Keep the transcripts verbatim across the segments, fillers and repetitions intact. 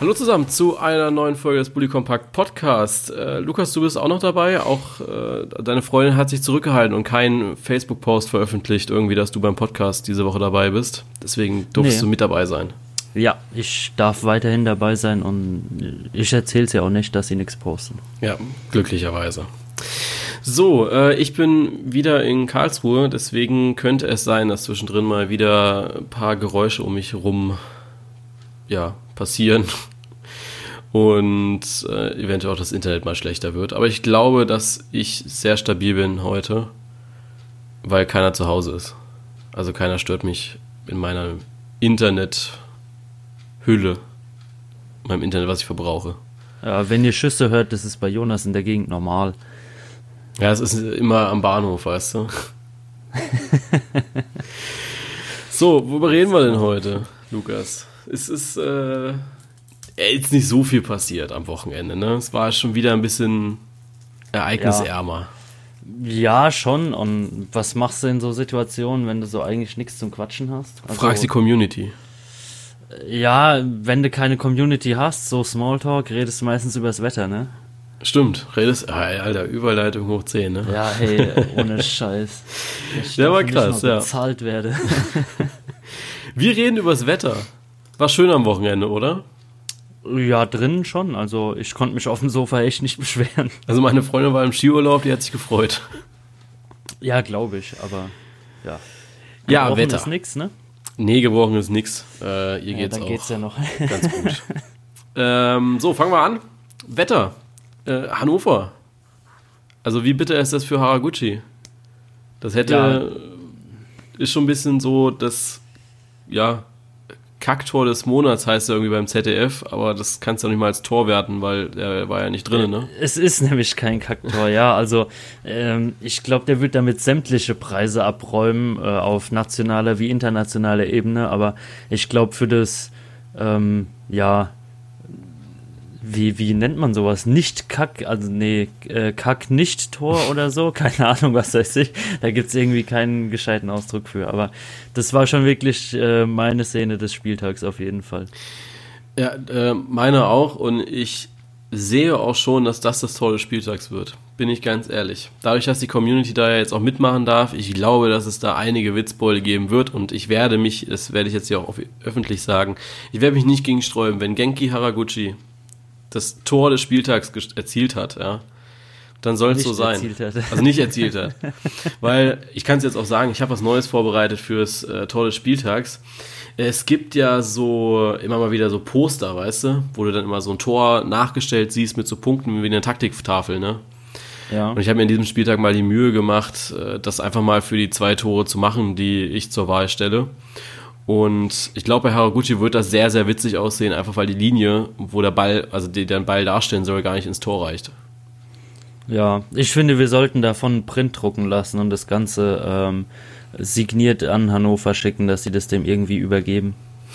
Hallo zusammen zu einer neuen Folge des Bully Compact Podcast. Äh, Lukas, du bist auch noch dabei. Auch äh, deine Freundin hat sich zurückgehalten und keinen Facebook-Post veröffentlicht, irgendwie, dass du beim Podcast diese Woche dabei bist. Deswegen durftest nee. du mit dabei sein. Ja, ich darf weiterhin dabei sein und ich erzähle es ja auch nicht, dass sie nichts posten. Ja, glücklicherweise. So, äh, ich bin wieder in Karlsruhe, deswegen könnte es sein, dass zwischendrin mal wieder ein paar Geräusche um mich herum ja, passieren und äh, eventuell auch das Internet mal schlechter wird. Aber ich glaube, dass ich sehr stabil bin heute, weil keiner zu Hause ist. Also keiner stört mich in meiner Internethülle, meinem Internet, was ich verbrauche. Ja, wenn ihr Schüsse hört, das ist bei Jonas in der Gegend normal. Ja, es ist immer am Bahnhof, weißt du. So, worüber reden wir denn heute, Lukas? Es ist äh, jetzt nicht so viel passiert am Wochenende, ne? Es war schon wieder ein bisschen ereignisärmer. Ja, ja, schon. Und was machst du in so Situationen, wenn du so eigentlich nichts zum Quatschen hast? Also, fragst die Community. Ja, wenn du keine Community hast, so Smalltalk, redest du meistens übers Wetter, ne? Stimmt, redest, ah, Alter, Überleitung hoch zehn, ne? Ja, hey, ohne Scheiß. Ich der war krass, ja. bezahlt werde. Wir reden übers Wetter. War schön am Wochenende, oder? Ja, drinnen schon. Also ich konnte mich auf dem Sofa echt nicht beschweren. Also meine Freundin war im Skiurlaub, die hat sich gefreut. Ja, glaube ich, aber ja. Ja, gebrochen Wetter. Ist nix, ne? Nee, gebrochen ist nix. Äh, ihr ja, geht's dann auch geht's ja noch. ganz gut. ähm, so, fangen wir an. Wetter. Äh, Hannover. Also wie bitter ist das für Haraguchi? Das hätte, ja. ist schon ein bisschen so das, ja, Kacktor des Monats heißt er irgendwie beim Z D F, aber das kannst du nicht mal als Tor werten, weil der war ja nicht drin, ne? Es ist nämlich kein Kacktor, ja, also ähm, ich glaube, der wird damit sämtliche Preise abräumen, äh, auf nationaler wie internationaler Ebene, aber ich glaube für das, ähm, ja, Wie, wie nennt man sowas? Nicht Kack, also nee, äh, Kack-Nicht-Tor oder so, keine Ahnung, was weiß ich. Da gibt es irgendwie keinen gescheiten Ausdruck für, aber das war schon wirklich äh, meine Szene des Spieltags auf jeden Fall. Ja, äh, meine auch und ich sehe auch schon, dass das das Tor des Spieltags wird, bin ich ganz ehrlich. Dadurch, dass die Community da ja jetzt auch mitmachen darf, ich glaube, dass es da einige Witzbeule geben wird und ich werde mich, das werde ich jetzt hier auch öffentlich sagen, ich werde mich nicht gegen sträuben, wenn Genki Haraguchi das Tor des Spieltags erzielt hat, ja, dann soll es so sein. Also nicht erzielt hat. Weil, ich kann es jetzt auch sagen, ich habe was Neues vorbereitet fürs äh, Tor des Spieltags. Es gibt ja so, immer mal wieder so Poster, weißt du, wo du dann immer so ein Tor nachgestellt siehst mit so Punkten wie eine Taktiktafel, ne? Ja. Und ich habe mir in diesem Spieltag mal die Mühe gemacht, das einfach mal für die zwei Tore zu machen, die ich zur Wahl stelle. Und ich glaube, bei Haraguchi wird das sehr, sehr witzig aussehen, einfach weil die Linie, wo der Ball, also die den Ball darstellen soll, gar nicht ins Tor reicht. Ja, ich finde, wir sollten davon einen Print drucken lassen und das Ganze ähm, signiert an Hannover schicken, dass sie das dem irgendwie übergeben.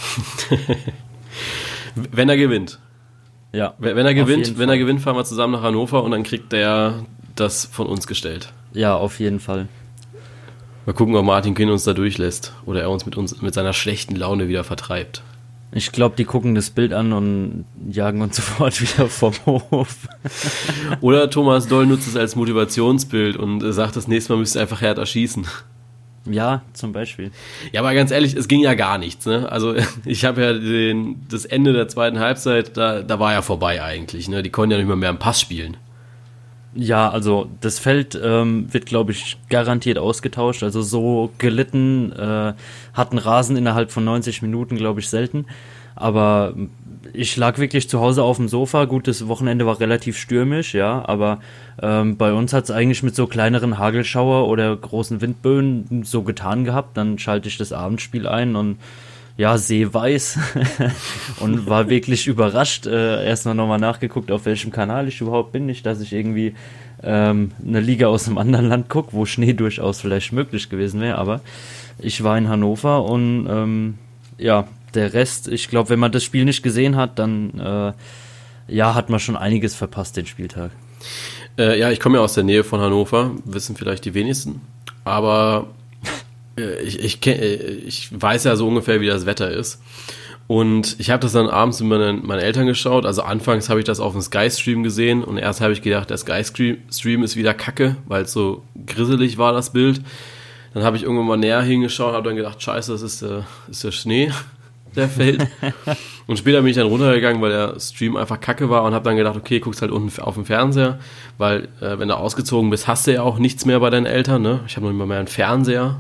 Wenn er gewinnt. Ja. Wenn er gewinnt, wenn er gewinnt, fahren wir zusammen nach Hannover und dann kriegt der das von uns gestellt. Ja, auf jeden Fall. Mal gucken, ob Martin Kind uns da durchlässt oder er uns mit uns mit seiner schlechten Laune wieder vertreibt. Ich glaube, die gucken das Bild an und jagen uns sofort wieder vom Hof. Oder Thomas Doll nutzt es als Motivationsbild und sagt, das nächste Mal müsst ihr einfach härter schießen. Ja, zum Beispiel. Ja, aber ganz ehrlich, es ging ja gar nichts, ne? Also ich habe ja den, das Ende der zweiten Halbzeit, da, da war ja vorbei eigentlich, ne? Die konnten ja nicht mehr mehr am Pass spielen. Ja, also das Feld ähm, wird, glaube ich, garantiert ausgetauscht. Also so gelitten äh, hat ein Rasen innerhalb von neunzig Minuten, glaube ich, selten. Aber ich lag wirklich zu Hause auf dem Sofa. Gut, das Wochenende war relativ stürmisch, ja. Aber ähm, bei uns hat es eigentlich mit so kleineren Hagelschauer oder großen Windböen so getan gehabt. Dann schalte ich das Abendspiel ein und ja, seeweiß und war wirklich überrascht. Äh, erstmal nochmal nachgeguckt, auf welchem Kanal ich überhaupt bin. Nicht, dass ich irgendwie ähm, eine Liga aus einem anderen Land gucke, wo Schnee durchaus vielleicht möglich gewesen wäre. Aber ich war in Hannover und ähm, ja, der Rest, ich glaube, wenn man das Spiel nicht gesehen hat, dann äh, ja, hat man schon einiges verpasst, den Spieltag. Äh, ja, ich komme ja aus der Nähe von Hannover, wissen vielleicht die wenigsten. Aber Ich, ich, ich weiß ja so ungefähr, wie das Wetter ist. Und ich habe das dann abends mit meinen, meinen Eltern geschaut. Also anfangs habe ich das auf dem Sky-Stream gesehen und erst habe ich gedacht, der Sky-Stream ist wieder kacke, weil es so grisselig war, das Bild. Dann habe ich irgendwann mal näher hingeschaut und habe dann gedacht, scheiße, das ist der, ist der Schnee, der fällt. Und später bin ich dann runtergegangen, weil der Stream einfach kacke war und habe dann gedacht, okay, guckst halt unten auf dem Fernseher, weil äh, wenn du ausgezogen bist, hast du ja auch nichts mehr bei deinen Eltern. Ne? Ich habe noch nicht mal mehr einen Fernseher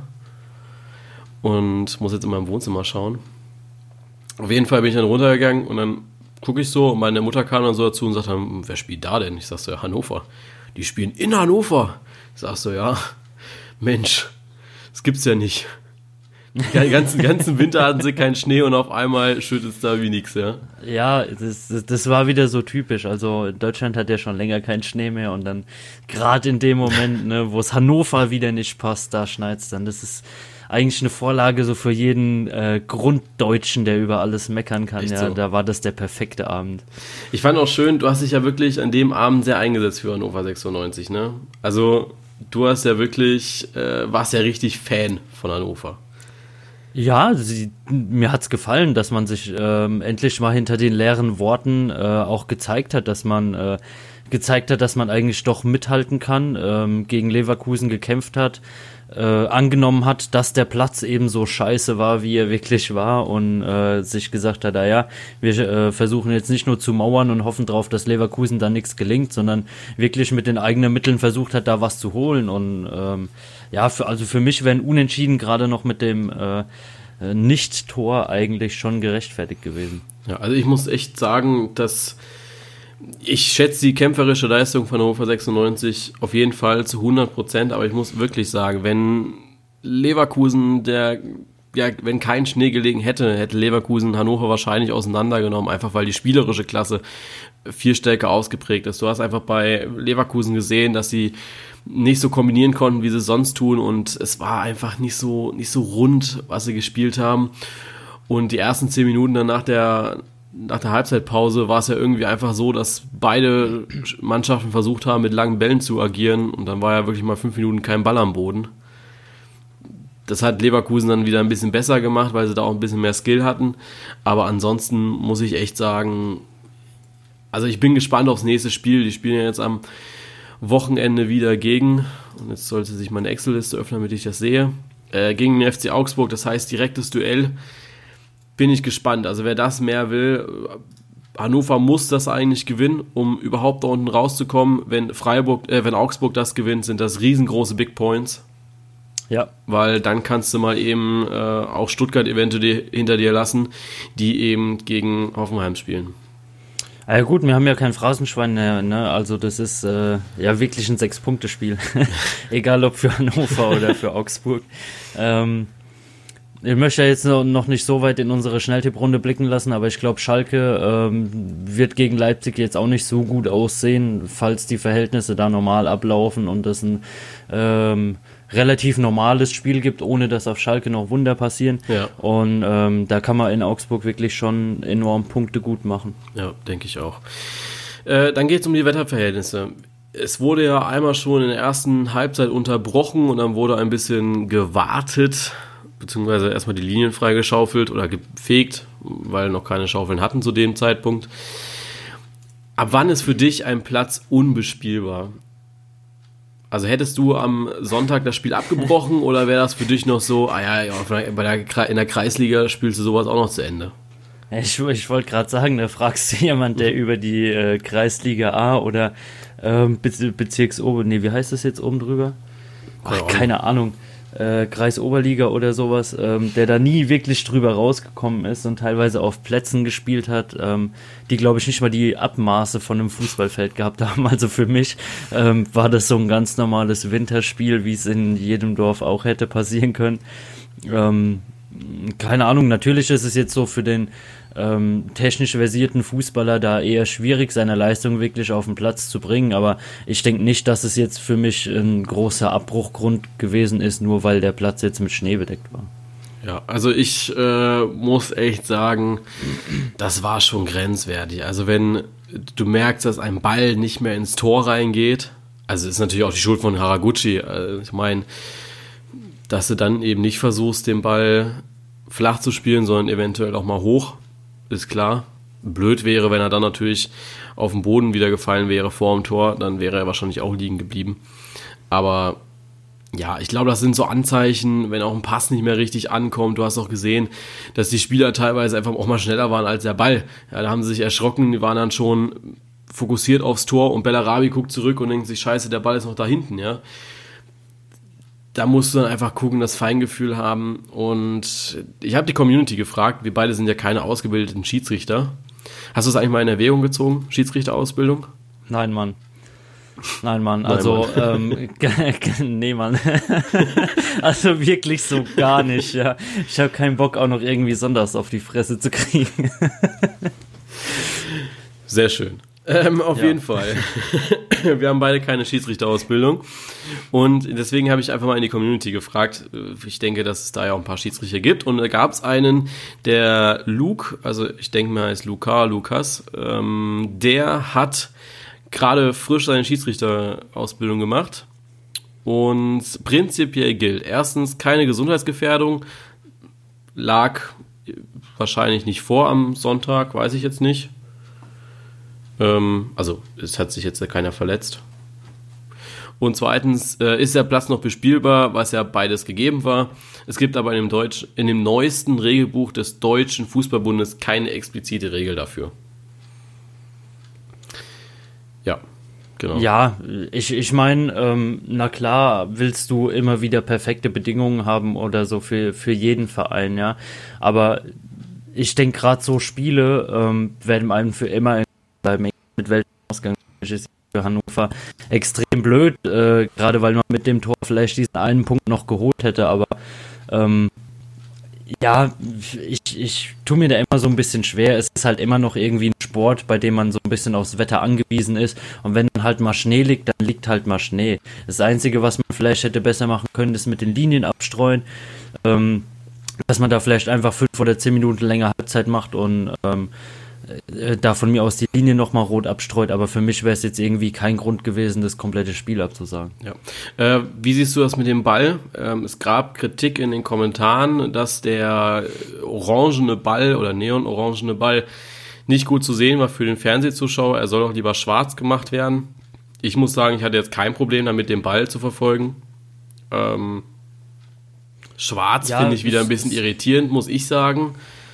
und muss jetzt in meinem Wohnzimmer schauen. Auf jeden Fall bin ich dann runtergegangen und dann gucke ich so und meine Mutter kam dann so dazu und sagt dann, wer spielt da denn? Ich sag so, ja, Hannover. Die spielen in Hannover. Ich sag so, ja, Mensch, das gibt's ja nicht. Den ganzen, ganzen Winter hatten sie keinen Schnee und auf einmal schüttet es da wie nix, ja. Ja, das, das war wieder so typisch. Also Deutschland hat ja schon länger keinen Schnee mehr und dann gerade in dem Moment, ne, wo es Hannover wieder nicht passt, da schneit's dann. Das ist eigentlich eine Vorlage so für jeden äh, Grunddeutschen, der über alles meckern kann. Echt ja, so. Da war das der perfekte Abend. Ich fand auch schön, du hast dich ja wirklich an dem Abend sehr eingesetzt für Hannover sechsundneunzig, ne? Also du hast ja wirklich, äh, warst ja richtig Fan von Hannover. Ja, sie, mir hat's gefallen, dass man sich ähm, endlich mal hinter den leeren Worten äh, auch gezeigt hat, dass man äh, gezeigt hat, dass man eigentlich doch mithalten kann, ähm, gegen Leverkusen gekämpft hat, äh, angenommen hat, dass der Platz eben so scheiße war, wie er wirklich war und äh, sich gesagt hat, naja, wir äh, versuchen jetzt nicht nur zu mauern und hoffen drauf, dass Leverkusen da nichts gelingt, sondern wirklich mit den eigenen Mitteln versucht hat, da was zu holen und ähm, ja, für, also für mich wäre ein Unentschieden gerade noch mit dem äh, Nicht-Tor eigentlich schon gerechtfertigt gewesen. Ja, also ich muss echt sagen, dass ich schätze die kämpferische Leistung von Hannover sechsundneunzig auf jeden Fall zu hundert Prozent, aber ich muss wirklich sagen, wenn Leverkusen, der, ja, wenn kein Schnee gelegen hätte, hätte Leverkusen Hannover wahrscheinlich auseinandergenommen, einfach weil die spielerische Klasse viel stärker ausgeprägt ist. Du hast einfach bei Leverkusen gesehen, dass sie nicht so kombinieren konnten, wie sie sonst tun und es war einfach nicht so, nicht so rund, was sie gespielt haben. Und die ersten zehn Minuten dann nach der Nach der Halbzeitpause war es ja irgendwie einfach so, dass beide Mannschaften versucht haben, mit langen Bällen zu agieren und dann war ja wirklich mal fünf Minuten kein Ball am Boden. Das hat Leverkusen dann wieder ein bisschen besser gemacht, weil sie da auch ein bisschen mehr Skill hatten. Aber ansonsten muss ich echt sagen, also ich bin gespannt aufs nächste Spiel. Die spielen ja jetzt am Wochenende wieder gegen, und jetzt sollte sich meine Excel-Liste öffnen, damit ich das sehe, äh, gegen den F C Augsburg, das heißt direktes Duell. Bin ich gespannt. Also wer das mehr will, Hannover muss das eigentlich gewinnen, um überhaupt da unten rauszukommen. Wenn Freiburg, äh, wenn Augsburg das gewinnt, sind das riesengroße Big Points. Ja. Weil dann kannst du mal eben äh, auch Stuttgart eventuell hinter dir lassen, die eben gegen Hoffenheim spielen. Ja gut, wir haben ja kein Phrasenschwein mehr, ne? Also das ist äh, ja wirklich ein Sechs-Punkte-Spiel. Egal ob für Hannover oder für Augsburg. Ähm, Ich möchte ja jetzt noch nicht so weit in unsere Schnelltipprunde blicken lassen, aber ich glaube, Schalke ähm, wird gegen Leipzig jetzt auch nicht so gut aussehen, falls die Verhältnisse da normal ablaufen und es ein ähm, relativ normales Spiel gibt, ohne dass auf Schalke noch Wunder passieren. Ja. Und ähm, da kann man in Augsburg wirklich schon enorm Punkte gut machen. Ja, denke ich auch. Äh, dann geht es um die Wetterverhältnisse. Es wurde ja einmal schon in der ersten Halbzeit unterbrochen und dann wurde ein bisschen gewartet, beziehungsweise erstmal die Linien freigeschaufelt oder gefegt, weil noch keine Schaufeln hatten zu dem Zeitpunkt. Ab wann ist für dich ein Platz unbespielbar? Also hättest du am Sonntag das Spiel abgebrochen oder wäre das für dich noch so, ah ja, ja bei der, in der Kreisliga spielst du sowas auch noch zu Ende? Ich, ich wollte gerade sagen, da fragst du jemand, der über die äh, Kreisliga A oder ähm, Be- Bezirksober, nee, wie heißt das jetzt oben drüber? Ach, keine Ahnung. Äh, Kreisoberliga oder sowas, ähm, der da nie wirklich drüber rausgekommen ist und teilweise auf Plätzen gespielt hat, ähm, die, glaube ich, nicht mal die Abmaße von einem Fußballfeld gehabt haben. Also für mich ähm, war das so ein ganz normales Winterspiel, wie es in jedem Dorf auch hätte passieren können. Ähm, keine Ahnung, natürlich ist es jetzt so für den ähm, technisch versierten Fußballer da eher schwierig, seine Leistung wirklich auf den Platz zu bringen, aber ich denke nicht, dass es jetzt für mich ein großer Abbruchgrund gewesen ist, nur weil der Platz jetzt mit Schnee bedeckt war. Ja, also ich äh, muss echt sagen, das war schon grenzwertig. Also wenn du merkst, dass ein Ball nicht mehr ins Tor reingeht, also ist natürlich auch die Schuld von Haraguchi, also ich meine, dass du dann eben nicht versuchst, den Ball flach zu spielen, sondern eventuell auch mal hoch. ist klar. Blöd wäre, wenn er dann natürlich auf den Boden wieder gefallen wäre vor dem Tor, dann wäre er wahrscheinlich auch liegen geblieben. Aber ja, ich glaube, das sind so Anzeichen, wenn auch ein Pass nicht mehr richtig ankommt. Du hast auch gesehen, dass die Spieler teilweise einfach auch mal schneller waren als der Ball. Ja, da haben sie sich erschrocken, die waren dann schon fokussiert aufs Tor und Bellarabi guckt zurück und denkt sich, scheiße, der Ball ist noch da hinten, ja. Da musst du dann einfach gucken, das Feingefühl haben. Und ich habe die Community gefragt, wir beide sind ja keine ausgebildeten Schiedsrichter. Hast du es eigentlich mal in Erwägung gezogen, Schiedsrichterausbildung? Nein, Mann. Nein, Mann, also, Nein, Mann. ähm, nee, Mann. Also wirklich so gar nicht, ja. Ich habe keinen Bock, auch noch irgendwie sonders auf die Fresse zu kriegen. Sehr schön. Ähm, auf ja. jeden Fall. Wir haben beide keine Schiedsrichterausbildung und deswegen habe ich einfach mal in die Community gefragt. Ich denke, dass es da ja auch ein paar Schiedsrichter gibt und da gab es einen, der Luke, also ich denke mal, er heißt Luca, Lukas, ähm, der hat gerade frisch seine Schiedsrichterausbildung gemacht und prinzipiell gilt erstens keine Gesundheitsgefährdung, lag wahrscheinlich nicht vor am Sonntag, weiß ich jetzt nicht. Also es hat sich jetzt keiner verletzt. Und zweitens äh, ist der Platz noch bespielbar, was ja beides gegeben war. Es gibt aber in dem, Deutsch, in dem neuesten Regelbuch des Deutschen Fußballbundes keine explizite Regel dafür. Ja, genau. Ja, ich, ich meine, ähm, na klar, willst du immer wieder perfekte Bedingungen haben oder so für, für jeden Verein, ja. Aber ich denke gerade so Spiele ähm, werden einem für immer bleiben, mit welchem Ausgang ist für Hannover extrem blöd, äh, gerade weil man mit dem Tor vielleicht diesen einen Punkt noch geholt hätte, aber ähm, ja, ich, ich tue mir da immer so ein bisschen schwer. Es ist halt immer noch irgendwie ein Sport, bei dem man so ein bisschen aufs Wetter angewiesen ist und wenn dann halt mal Schnee liegt, dann liegt halt mal Schnee. Das Einzige, was man vielleicht hätte besser machen können, ist mit den Linien abstreuen, ähm, dass man da vielleicht einfach fünf oder zehn Minuten länger Halbzeit macht und ähm, da von mir aus die Linie nochmal rot abstreut, aber für mich wäre es jetzt irgendwie kein Grund gewesen, das komplette Spiel abzusagen. Ja. Äh, wie siehst du das mit dem Ball? Ähm, es gab Kritik in den Kommentaren, dass der orangene Ball oder neon-orangene Ball nicht gut zu sehen war für den Fernsehzuschauer. Er soll auch lieber schwarz gemacht werden. Ich muss sagen, ich hatte jetzt kein Problem damit, den Ball zu verfolgen. Ähm, schwarz ja, finde ich wieder ein bisschen irritierend, muss ich sagen.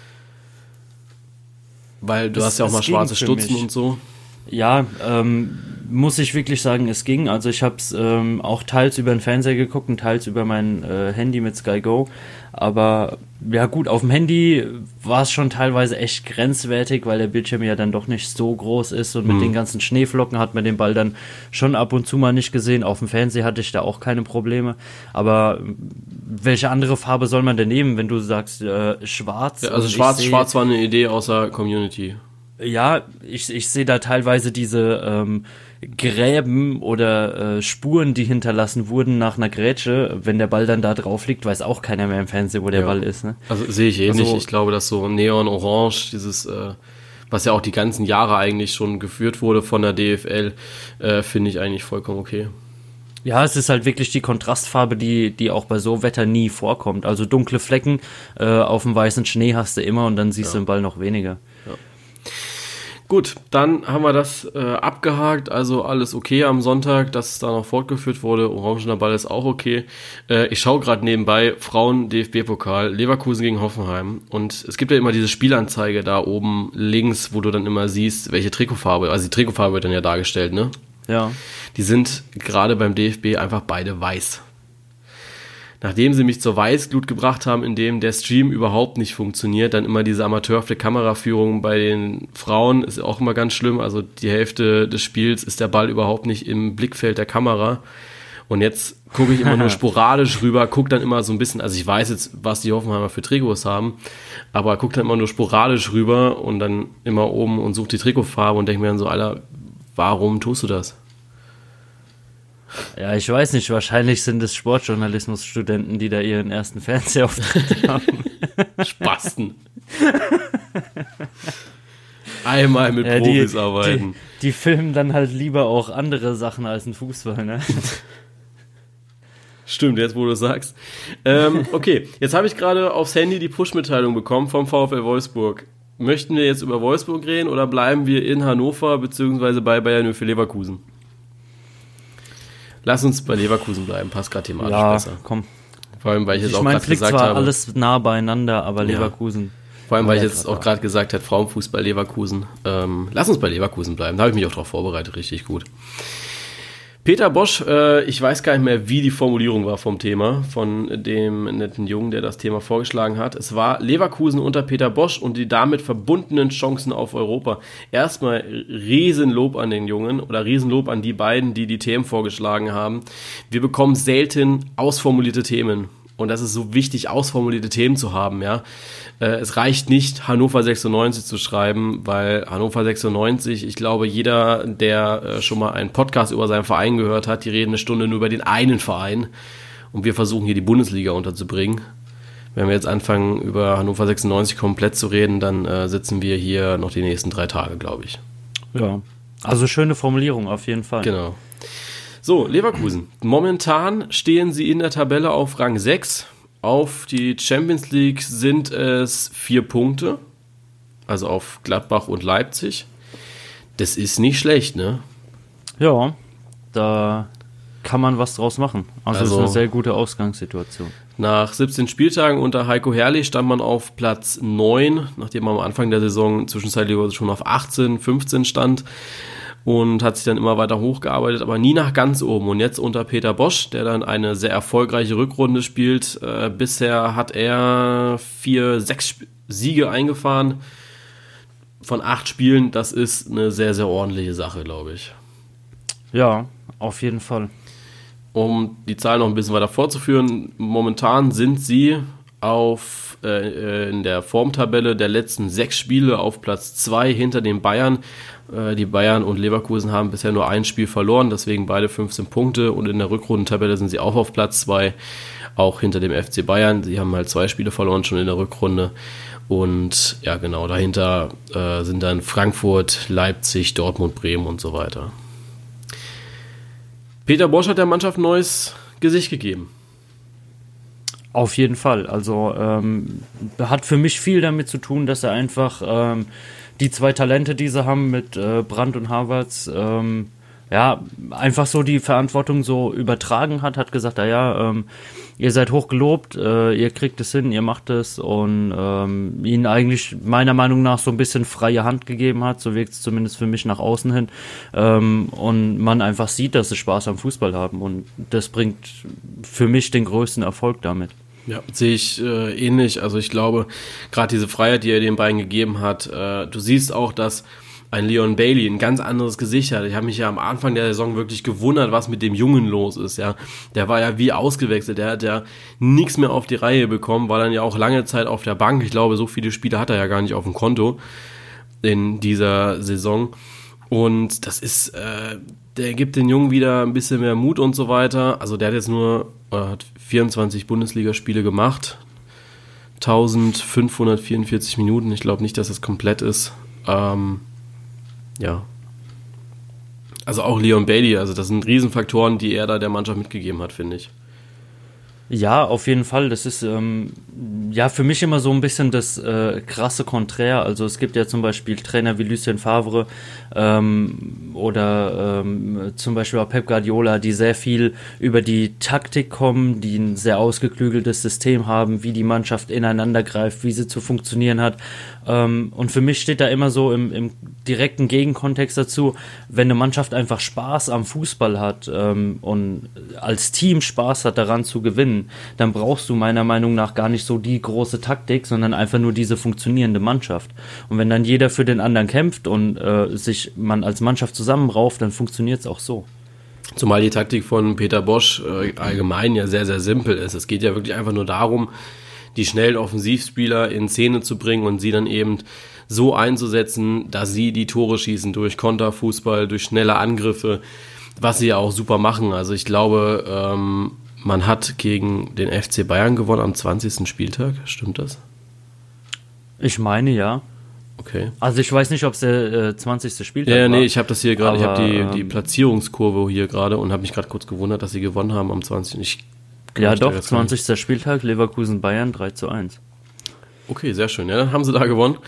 Weil du es, hast ja auch mal schwarze Stutzen mich. Und so. Ja, ähm, muss ich wirklich sagen, es ging. Also ich habe es ähm, auch teils über den Fernseher geguckt und teils über mein äh, Handy mit Sky Go. Aber ja gut, auf dem Handy war es schon teilweise echt grenzwertig, weil der Bildschirm ja dann doch nicht so groß ist. Und mit mhm. den ganzen Schneeflocken hat man den Ball dann schon ab und zu mal nicht gesehen. Auf dem Fernseher hatte ich da auch keine Probleme. Aber welche andere Farbe soll man denn nehmen, wenn du sagst äh, schwarz? Ja, also schwarz, seh, schwarz war eine Idee außer Community. Ja, ich, ich sehe da teilweise diese ähm, Gräben oder äh, Spuren, die hinterlassen wurden nach einer Grätsche. Wenn der Ball dann da drauf liegt, weiß auch keiner mehr im Fernsehen, wo der ja. Ball ist. Ne? Also sehe ich ähnlich. Also, ich glaube, dass so Neon-Orange, dieses, äh, was ja auch die ganzen Jahre eigentlich schon geführt wurde von der D F L, äh, finde ich eigentlich vollkommen okay. Ja, es ist halt wirklich die Kontrastfarbe, die, die auch bei so Wetter nie vorkommt. Also dunkle Flecken äh, auf dem weißen Schnee hast du immer und dann siehst ja. du den Ball noch weniger. Ja. Gut, dann haben wir das äh, abgehakt, also alles okay am Sonntag, dass es da noch fortgeführt wurde. Orangener Ball ist auch okay. Äh, ich schaue gerade nebenbei Frauen-D F B-Pokal, Leverkusen gegen Hoffenheim. Und es gibt ja immer diese Spielanzeige da oben links, wo du dann immer siehst, welche Trikotfarbe, also die Trikotfarbe wird dann ja dargestellt, ne? Ja. Die sind gerade beim D F B einfach beide weiß. Nachdem sie mich zur Weißglut gebracht haben, indem der Stream überhaupt nicht funktioniert, dann immer diese amateurhafte Kameraführung bei den Frauen ist auch immer ganz schlimm. Also die Hälfte des Spiels ist der Ball überhaupt nicht im Blickfeld der Kamera. Und jetzt gucke ich immer nur sporadisch rüber, gucke dann immer so ein bisschen, also ich weiß jetzt, was die Hoffenheimer für Trikots haben, aber gucke dann immer nur sporadisch rüber und dann immer oben und suche die Trikotfarbe und denke mir dann so, Alter, warum tust du das? Ja, ich weiß nicht, wahrscheinlich sind es Sportjournalismusstudenten, die da ihren ersten Fernsehauftritt haben. Spasten. Einmal mit ja, Profis die, arbeiten. Die, die filmen dann halt lieber auch andere Sachen als ein Fußball, ne? Stimmt, jetzt wo du sagst. Ähm, okay, jetzt habe ich gerade aufs Handy die Push-Mitteilung bekommen vom VfL Wolfsburg. möchten wir jetzt über Wolfsburg reden oder bleiben wir in Hannover beziehungsweise bei Bayern für Leverkusen? Lass uns bei Leverkusen bleiben, passt gerade thematisch ja, besser. Komm. Vor allem, weil ich jetzt Ich auch meine, gerade Flick gesagt zwar habe. alles nah beieinander, aber Leverkusen. Ja. Vor allem, weil ich Ja, jetzt klar. auch gerade gesagt habe, Frauenfußball Leverkusen. Ähm, lass uns bei Leverkusen bleiben. Da habe ich mich auch drauf vorbereitet, richtig gut. Peter Bosch, äh, ich weiß gar nicht mehr, wie die Formulierung war vom Thema, von dem netten Jungen, der das Thema vorgeschlagen hat. Es war Leverkusen unter Peter Bosch und die damit verbundenen Chancen auf Europa. Erstmal Riesenlob an den Jungen oder Riesenlob an die beiden, die die Themen vorgeschlagen haben. Wir bekommen selten ausformulierte Themen. Und das ist so wichtig, ausformulierte Themen zu haben, ja. Äh, es reicht nicht, Hannover sechsundneunzig zu schreiben, weil Hannover sechsundneunzig, ich glaube, jeder, der äh, schon mal einen Podcast über seinen Verein gehört hat, die reden eine Stunde nur über den einen Verein. Und wir versuchen hier die Bundesliga unterzubringen. Wenn wir jetzt anfangen, über Hannover sechsundneunzig komplett zu reden, dann äh, sitzen wir hier noch die nächsten drei Tage, glaube ich. Ja, also schöne Formulierung auf jeden Fall. Genau. So, Leverkusen. Momentan stehen sie in der Tabelle auf Rang sechs. Auf die Champions League sind es vier Punkte. Also auf Gladbach und Leipzig. Das ist nicht schlecht, ne? Ja, da kann man was draus machen. Also, Also das ist eine sehr gute Ausgangssituation. Nach siebzehn Spieltagen unter Heiko Herrlich stand man auf Platz neun, nachdem man am Anfang der Saison zwischenzeitlich schon auf achtzehn, fünfzehn stand. Und hat sich dann immer weiter hochgearbeitet, aber nie nach ganz oben. Und jetzt unter Peter Bosch, der dann eine sehr erfolgreiche Rückrunde spielt. Äh, bisher hat er vier, sechs Sp- Siege eingefahren von acht Spielen. Das ist eine sehr, sehr ordentliche Sache, glaube ich. Ja, auf jeden Fall. Um die Zahlen noch ein bisschen weiter fortzuführen, momentan sind sie auf, äh, in der Formtabelle der letzten sechs Spiele auf Platz zwei hinter den Bayern. Äh, die Bayern und Leverkusen haben bisher nur ein Spiel verloren, deswegen beide fünfzehn Punkte und in der Rückrundentabelle sind sie auch auf Platz zwei, auch hinter dem F C Bayern. Sie haben halt zwei Spiele verloren schon in der Rückrunde und ja genau, dahinter äh, sind dann Frankfurt, Leipzig, Dortmund, Bremen und so weiter. Peter Bosch hat der Mannschaft ein neues Gesicht gegeben. Auf jeden Fall. Also ähm, hat für mich viel damit zu tun, dass er einfach ähm, die zwei Talente, die sie haben mit äh, Brandt und Havertz, ähm, ja, einfach so die Verantwortung so übertragen hat, hat gesagt, ah ja, ähm, ihr seid hoch gelobt, äh, ihr kriegt es hin, ihr macht es und ähm, ihnen eigentlich meiner Meinung nach so ein bisschen freie Hand gegeben hat, so wirkt es zumindest für mich nach außen hin ähm, und man einfach sieht, dass sie Spaß am Fußball haben und das bringt für mich den größten Erfolg damit. Ja, sehe ich äh, ähnlich. Also ich glaube, gerade diese Freiheit, die er den beiden gegeben hat, äh, du siehst auch, dass ein Leon Bailey ein ganz anderes Gesicht hat. Ich habe mich ja am Anfang der Saison wirklich gewundert, was mit dem Jungen los ist. Ja, der war ja wie ausgewechselt. Der hat ja nichts mehr auf die Reihe bekommen, war dann ja auch lange Zeit auf der Bank. Ich glaube, so viele Spiele hat er ja gar nicht auf dem Konto in dieser Saison. Und das ist, äh, der gibt den Jungen wieder ein bisschen mehr Mut und so weiter. Also der hat jetzt nur, äh, hat vierundzwanzig Bundesligaspiele gemacht, eintausendfünfhundertvierundvierzig Minuten. Ich glaube nicht, dass das komplett ist. Ähm, ja. Also auch Leon Bailey, also das sind Riesenfaktoren, die er da der Mannschaft mitgegeben hat, finde ich. Ja, auf jeden Fall. Das ist ähm, ja für mich immer so ein bisschen das äh, krasse Konträr. Also es gibt ja zum Beispiel Trainer wie Lucien Favre ähm, oder ähm, zum Beispiel auch Pep Guardiola, die sehr viel über die Taktik kommen, die ein sehr ausgeklügeltes System haben, wie die Mannschaft ineinander greift, wie sie zu funktionieren hat. Ähm, und für mich steht da immer so im, im direkten Gegenkontext dazu, wenn eine Mannschaft einfach Spaß am Fußball hat ähm, und als Team Spaß hat daran zu gewinnen, dann brauchst du meiner Meinung nach gar nicht so die große Taktik, sondern einfach nur diese funktionierende Mannschaft. Und wenn dann jeder für den anderen kämpft und äh, sich man als Mannschaft zusammenrauft, dann funktioniert es auch so. Zumal die Taktik von Peter Bosch äh, allgemein ja sehr, sehr simpel ist. Es geht ja wirklich einfach nur darum, die schnellen Offensivspieler in Szene zu bringen und sie dann eben so einzusetzen, dass sie die Tore schießen durch Konterfußball, durch schnelle Angriffe, was sie ja auch super machen. Also ich glaube, ähm, man hat gegen den F C Bayern gewonnen am zwanzigsten Spieltag. Stimmt das? Ich meine, ja. Okay. Also ich weiß nicht, ob es der äh, zwanzigste Spieltag ja, war. Nee, ich habe das hier gerade, ich habe die, ähm, die Platzierungskurve hier gerade und habe mich gerade kurz gewundert, dass sie gewonnen haben am zwanzigsten Ich Ja doch, zwanzigster Spieltag, Leverkusen-Bayern drei zu eins. Okay, sehr schön. Ja, dann haben sie da gewonnen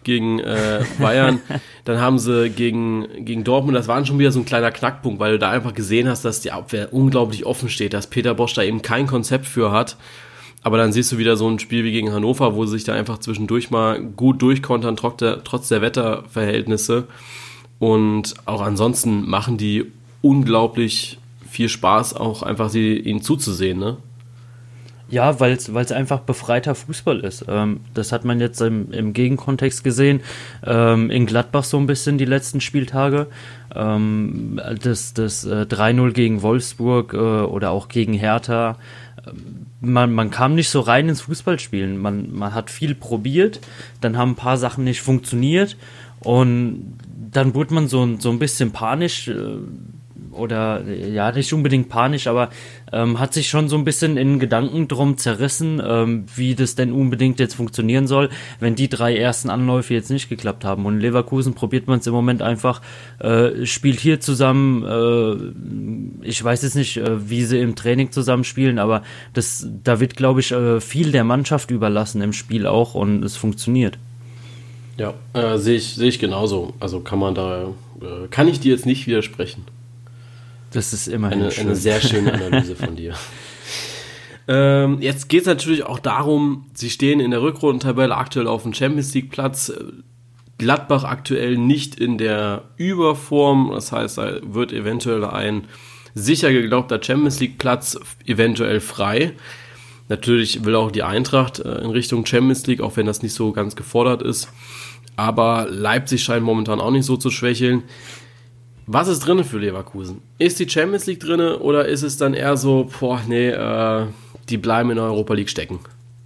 gegen äh, Bayern. Dann haben sie gegen, gegen Dortmund, das war schon wieder so ein kleiner Knackpunkt, weil du da einfach gesehen hast, dass die Abwehr unglaublich offen steht, dass Peter Bosz da eben kein Konzept für hat. Aber dann siehst du wieder so ein Spiel wie gegen Hannover, wo sie sich da einfach zwischendurch mal gut durchkontern, trotz der, trotz der Wetterverhältnisse. Und auch ansonsten machen die unglaublich viel Spaß, auch einfach sie, ihnen zuzusehen, ne? Ja, weil es einfach befreiter Fußball ist. Ähm, das hat man jetzt im, im Gegenkontext gesehen. Ähm, in Gladbach so ein bisschen die letzten Spieltage. Ähm, das das äh, drei null gegen Wolfsburg äh, oder auch gegen Hertha. Man, man kam nicht so rein ins Fußballspielen. Man, man hat viel probiert, dann haben ein paar Sachen nicht funktioniert und dann wurde man so, so ein bisschen panisch. Äh, oder ja, nicht unbedingt panisch, aber ähm, hat sich schon so ein bisschen in Gedanken drum zerrissen, ähm, wie das denn unbedingt jetzt funktionieren soll, wenn die drei ersten Anläufe jetzt nicht geklappt haben. Und in Leverkusen probiert man es im Moment einfach, äh, spielt hier zusammen, äh, ich weiß jetzt nicht, äh, wie sie im Training zusammen spielen, aber das, da wird, glaube ich, äh, viel der Mannschaft überlassen im Spiel auch und es funktioniert. Ja, äh, sehe ich, sehe ich genauso. Also kann man da, äh, kann ich dir jetzt nicht widersprechen. Das ist immer eine, schön. eine sehr schöne Analyse von dir. ähm, jetzt geht es natürlich auch darum, sie stehen in der Rückrundentabelle aktuell auf dem Champions-League-Platz. Gladbach aktuell nicht in der Überform. Das heißt, da wird eventuell ein sicher geglaubter Champions-League-Platz eventuell frei. Natürlich will auch die Eintracht in Richtung Champions League, auch wenn das nicht so ganz gefordert ist. Aber Leipzig scheint momentan auch nicht so zu schwächeln. Was ist drin für Leverkusen? Ist die Champions League drin oder ist es dann eher so, boah, nee, äh, die bleiben in der Europa League stecken?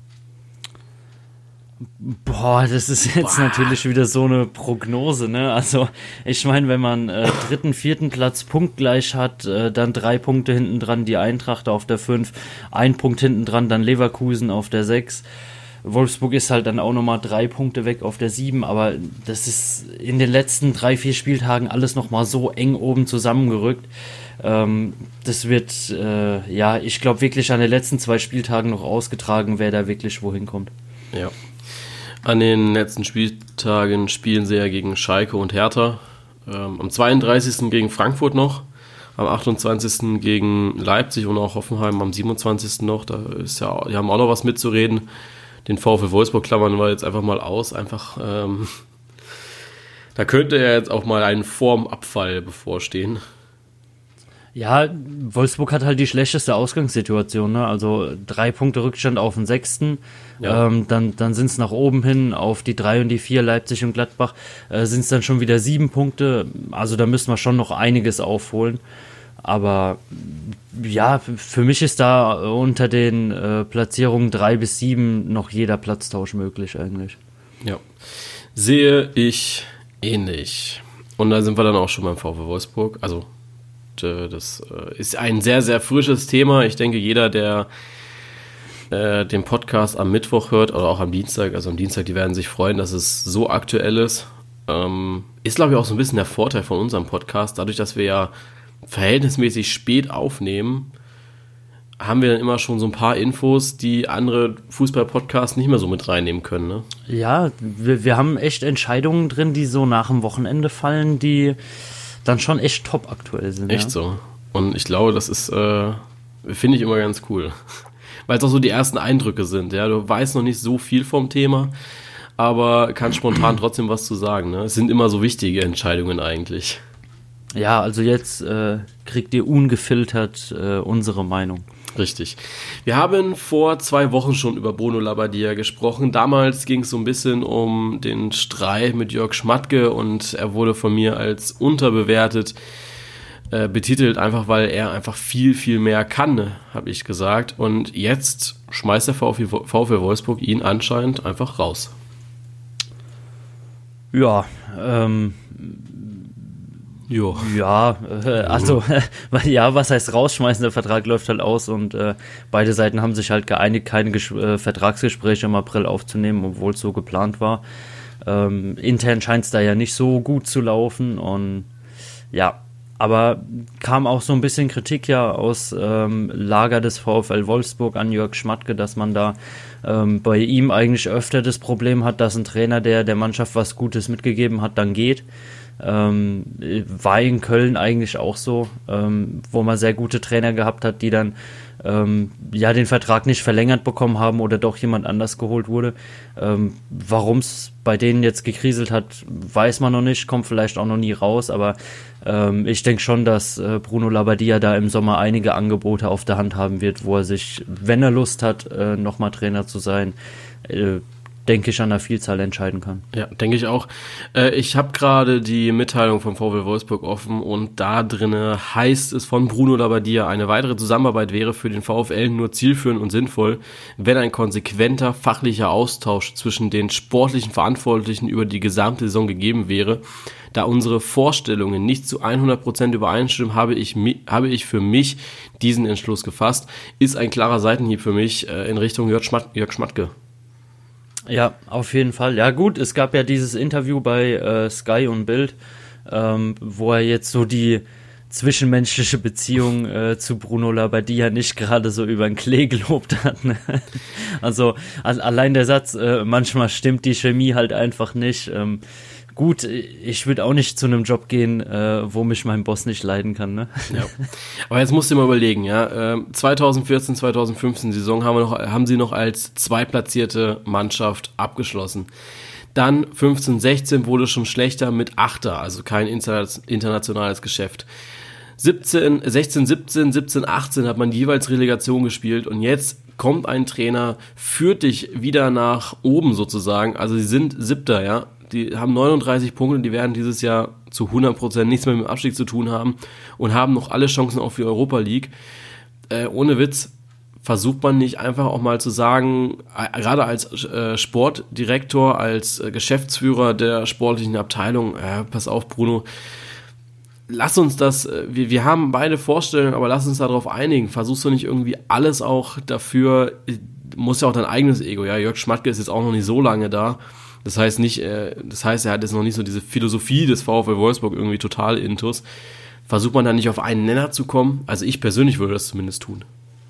Boah, das ist jetzt Boah. natürlich wieder so eine Prognose, ne? Also, ich meine, wenn man äh, dritten, vierten Platz punktgleich hat, äh, dann drei Punkte hinten dran, die Eintracht auf der fünf, ein Punkt hinten dran, dann Leverkusen auf der sechs. Wolfsburg ist halt dann auch nochmal drei Punkte weg auf der sieben, aber das ist in den letzten drei, vier Spieltagen alles nochmal so eng oben zusammengerückt. Ähm, das wird, äh, ja, ich glaube wirklich an den letzten zwei Spieltagen noch ausgetragen, wer da wirklich wohin kommt. Ja. An den letzten Spieltagen spielen sie ja gegen Schalke und Hertha. Ähm, am zweiunddreißigsten gegen Frankfurt noch, am achtundzwanzigsten gegen Leipzig und auch Hoffenheim am siebenundzwanzigsten noch. Da ist ja, die haben auch noch was mitzureden. Den VfL Wolfsburg klammern wir jetzt einfach mal aus. Einfach, ähm, da könnte ja jetzt auch mal ein Formabfall bevorstehen. Ja, Wolfsburg hat halt die schlechteste Ausgangssituation, ne? Also drei Punkte Rückstand auf den sechsten. Ja. Ähm, dann dann sind es nach oben hin auf die drei und die vier, Leipzig und Gladbach, äh, sind es dann schon wieder sieben Punkte. Also da müssen wir schon noch einiges aufholen. Aber ja, für mich ist da unter den äh, Platzierungen drei bis sieben noch jeder Platztausch möglich eigentlich. Ja, sehe ich ähnlich. Und da sind wir dann auch schon beim VfL Wolfsburg. Also das ist ein sehr, sehr frisches Thema. Ich denke, jeder, der äh, den Podcast am Mittwoch hört oder auch am Dienstag, also am Dienstag, die werden sich freuen, dass es so aktuell ist. Ähm, ist, glaube ich, auch so ein bisschen der Vorteil von unserem Podcast. Dadurch, dass wir ja verhältnismäßig spät aufnehmen, haben wir dann immer schon so ein paar Infos, die andere Fußball-Podcasts nicht mehr so mit reinnehmen können. Ne? Ja, wir, wir haben echt Entscheidungen drin, die so nach dem Wochenende fallen, die dann schon echt top aktuell sind. Echt ja. so. Und ich glaube, das ist, äh, finde ich immer ganz cool. Weil es auch so die ersten Eindrücke sind. Ja, du weißt noch nicht so viel vom Thema, aber kannst spontan trotzdem was zu sagen. Ne? Es sind immer so wichtige Entscheidungen eigentlich. Ja, also jetzt äh, kriegt ihr ungefiltert äh, unsere Meinung. Richtig. Wir haben vor zwei Wochen schon über Bruno Labbadia gesprochen. Damals ging es so ein bisschen um den Streit mit Jörg Schmatke und er wurde von mir als unterbewertet äh, betitelt, einfach weil er einfach viel, viel mehr kann, habe ich gesagt. Und jetzt schmeißt der VfL Wolfsburg ihn anscheinend einfach raus. Ja, ähm... Jo. Ja, äh, also, äh, ja, was heißt rausschmeißen? Der Vertrag läuft halt aus und äh, beide Seiten haben sich halt geeinigt, keine Ges- äh, Vertragsgespräche im April aufzunehmen, obwohl es so geplant war. Ähm, intern scheint es da ja nicht so gut zu laufen und ja, aber kam auch so ein bisschen Kritik ja aus ähm, Lager des VfL Wolfsburg an Jörg Schmatke, dass man da ähm, bei ihm eigentlich öfter das Problem hat, dass ein Trainer, der der Mannschaft was Gutes mitgegeben hat, dann geht. Ähm, war in Köln eigentlich auch so, ähm, wo man sehr gute Trainer gehabt hat, die dann ähm, ja den Vertrag nicht verlängert bekommen haben oder doch jemand anders geholt wurde. Ähm, warum es bei denen jetzt gekriselt hat, weiß man noch nicht, kommt vielleicht auch noch nie raus, aber ähm, ich denke schon, dass äh, Bruno Labbadia da im Sommer einige Angebote auf der Hand haben wird, wo er sich, wenn er Lust hat, äh, nochmal Trainer zu sein, äh, denke ich, an einer Vielzahl entscheiden kann. Ja, denke ich auch. Äh, ich habe gerade die Mitteilung vom VfL Wolfsburg offen und da drinne heißt es von Bruno Labbadia, eine weitere Zusammenarbeit wäre für den VfL nur zielführend und sinnvoll, wenn ein konsequenter fachlicher Austausch zwischen den sportlichen Verantwortlichen über die gesamte Saison gegeben wäre. Da unsere Vorstellungen nicht zu hundert Prozent übereinstimmen, habe ich, habe ich für mich diesen Entschluss gefasst. Ist ein klarer Seitenhieb für mich äh, in Richtung Jörg, Schmat- Jörg Schmatke. Ja, auf jeden Fall. Ja gut, es gab ja dieses Interview bei äh, Sky und Bild, ähm, wo er jetzt so die zwischenmenschliche Beziehung äh, zu Bruno Labbadia nicht gerade so über den Klee gelobt hat. Ne? Also a- allein der Satz, äh, manchmal stimmt die Chemie halt einfach nicht. Ähm, gut, ich würde auch nicht zu einem Job gehen, äh, wo mich mein Boss nicht leiden kann. Ne? Ja. Aber jetzt musst du mal überlegen, ja, äh, zwanzig vierzehn, zwanzig fünfzehn Saison haben, wir noch, haben sie noch als zweitplatzierte Mannschaft abgeschlossen. Dann fünfzehn sechzehn wurde schon schlechter mit Achter, also kein internationales Geschäft. siebzehn, sechzehn siebzehn, siebzehn achtzehn hat man jeweils Relegation gespielt und jetzt kommt ein Trainer, führt dich wieder nach oben sozusagen, also sie sind Siebter, ja. Die haben neununddreißig Punkte, die werden dieses Jahr zu hundert Prozent nichts mehr mit dem Abstieg zu tun haben und haben noch alle Chancen auf die Europa League. Äh, ohne Witz, versucht man nicht einfach auch mal zu sagen, äh, gerade als äh, Sportdirektor, als äh, Geschäftsführer der sportlichen Abteilung, äh, pass auf Bruno, lass uns das, äh, wir, wir haben beide Vorstellungen, aber lass uns darauf einigen. Versuchst du nicht irgendwie alles auch dafür, muss ja auch dein eigenes Ego, ja, Jörg Schmatke ist jetzt auch noch nicht so lange da. Das heißt nicht, äh, das heißt, er hat jetzt noch nicht so diese Philosophie des VfL Wolfsburg irgendwie total intus. Versucht man da nicht auf einen Nenner zu kommen? Also ich persönlich würde das zumindest tun.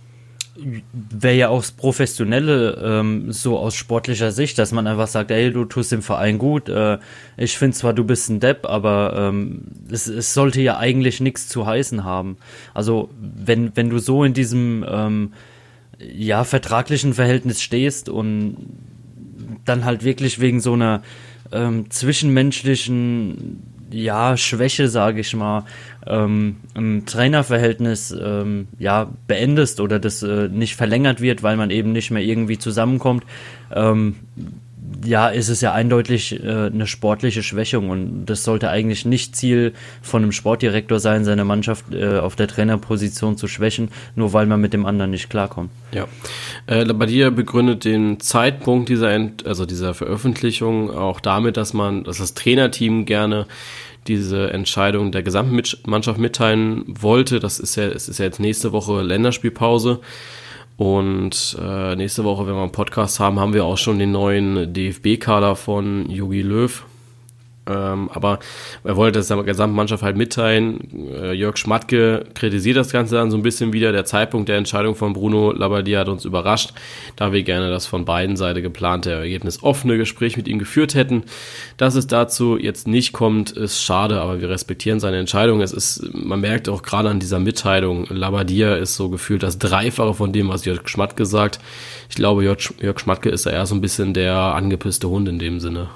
Wäre ja auch das Professionelle ähm, so aus sportlicher Sicht, dass man einfach sagt, ey, du tust dem Verein gut, äh, ich finde zwar, du bist ein Depp, aber ähm, es, es sollte ja eigentlich nichts zu heißen haben. Also wenn, wenn du so in diesem ähm, ja, vertraglichen Verhältnis stehst und dann halt wirklich wegen so einer ähm, zwischenmenschlichen ja, Schwäche, sage ich mal, ähm, ein Trainerverhältnis ähm, ja, beendest oder das äh, nicht verlängert wird, weil man eben nicht mehr irgendwie zusammenkommt, ähm, ja, ist es ja eindeutig äh, eine sportliche Schwächung und das sollte eigentlich nicht Ziel von einem Sportdirektor sein, seine Mannschaft äh, auf der Trainerposition zu schwächen, nur weil man mit dem anderen nicht klarkommt. Ja, äh, Labbadia begründet den Zeitpunkt dieser, Ent- also dieser Veröffentlichung auch damit, dass man, dass das Trainerteam gerne diese Entscheidung der gesamten Mannschaft mitteilen wollte. Das ist ja, es ist ja jetzt nächste Woche Länderspielpause. Und äh, nächste Woche, wenn wir einen Podcast haben, haben wir auch schon den neuen D F B-Kader von Jogi Löw. Ähm, aber er wollte das der gesamten Mannschaft halt mitteilen. Äh, Jörg Schmatke kritisiert das Ganze dann so ein bisschen wieder. Der Zeitpunkt der Entscheidung von Bruno Labbadia hat uns überrascht, da wir gerne das von beiden Seiten geplante, ergebnisoffene Gespräch mit ihm geführt hätten. Dass es dazu jetzt nicht kommt, ist schade, aber wir respektieren seine Entscheidung. Es ist, man merkt auch gerade an dieser Mitteilung, Labbadia ist so gefühlt das Dreifache von dem, was Jörg Schmatke sagt. Ich glaube, Jörg, Jörg Schmatke ist da eher so ein bisschen der angepisste Hund in dem Sinne.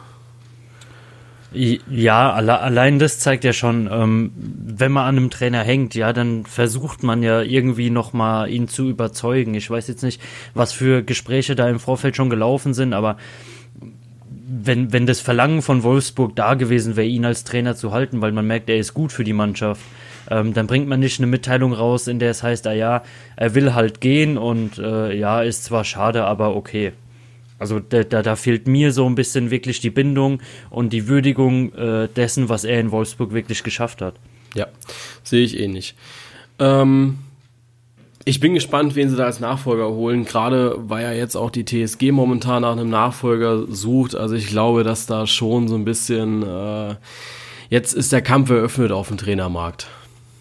Ja, alle, allein das zeigt ja schon, ähm, wenn man an einem Trainer hängt, ja, dann versucht man ja irgendwie nochmal ihn zu überzeugen. Ich weiß jetzt nicht, was für Gespräche da im Vorfeld schon gelaufen sind, aber wenn, wenn das Verlangen von Wolfsburg da gewesen wäre, ihn als Trainer zu halten, weil man merkt, er ist gut für die Mannschaft, ähm, dann bringt man nicht eine Mitteilung raus, in der es heißt, ah ja, er will halt gehen und äh, ja, ist zwar schade, aber okay. Also da, da, da fehlt mir so ein bisschen wirklich die Bindung und die Würdigung äh, dessen, was er in Wolfsburg wirklich geschafft hat. Ja, sehe ich ähnlich. Ähm, ich bin gespannt, wen sie da als Nachfolger holen, gerade weil ja jetzt auch die T S G momentan nach einem Nachfolger sucht. Also ich glaube, dass da schon so ein bisschen, äh, jetzt ist der Kampf eröffnet auf dem Trainermarkt.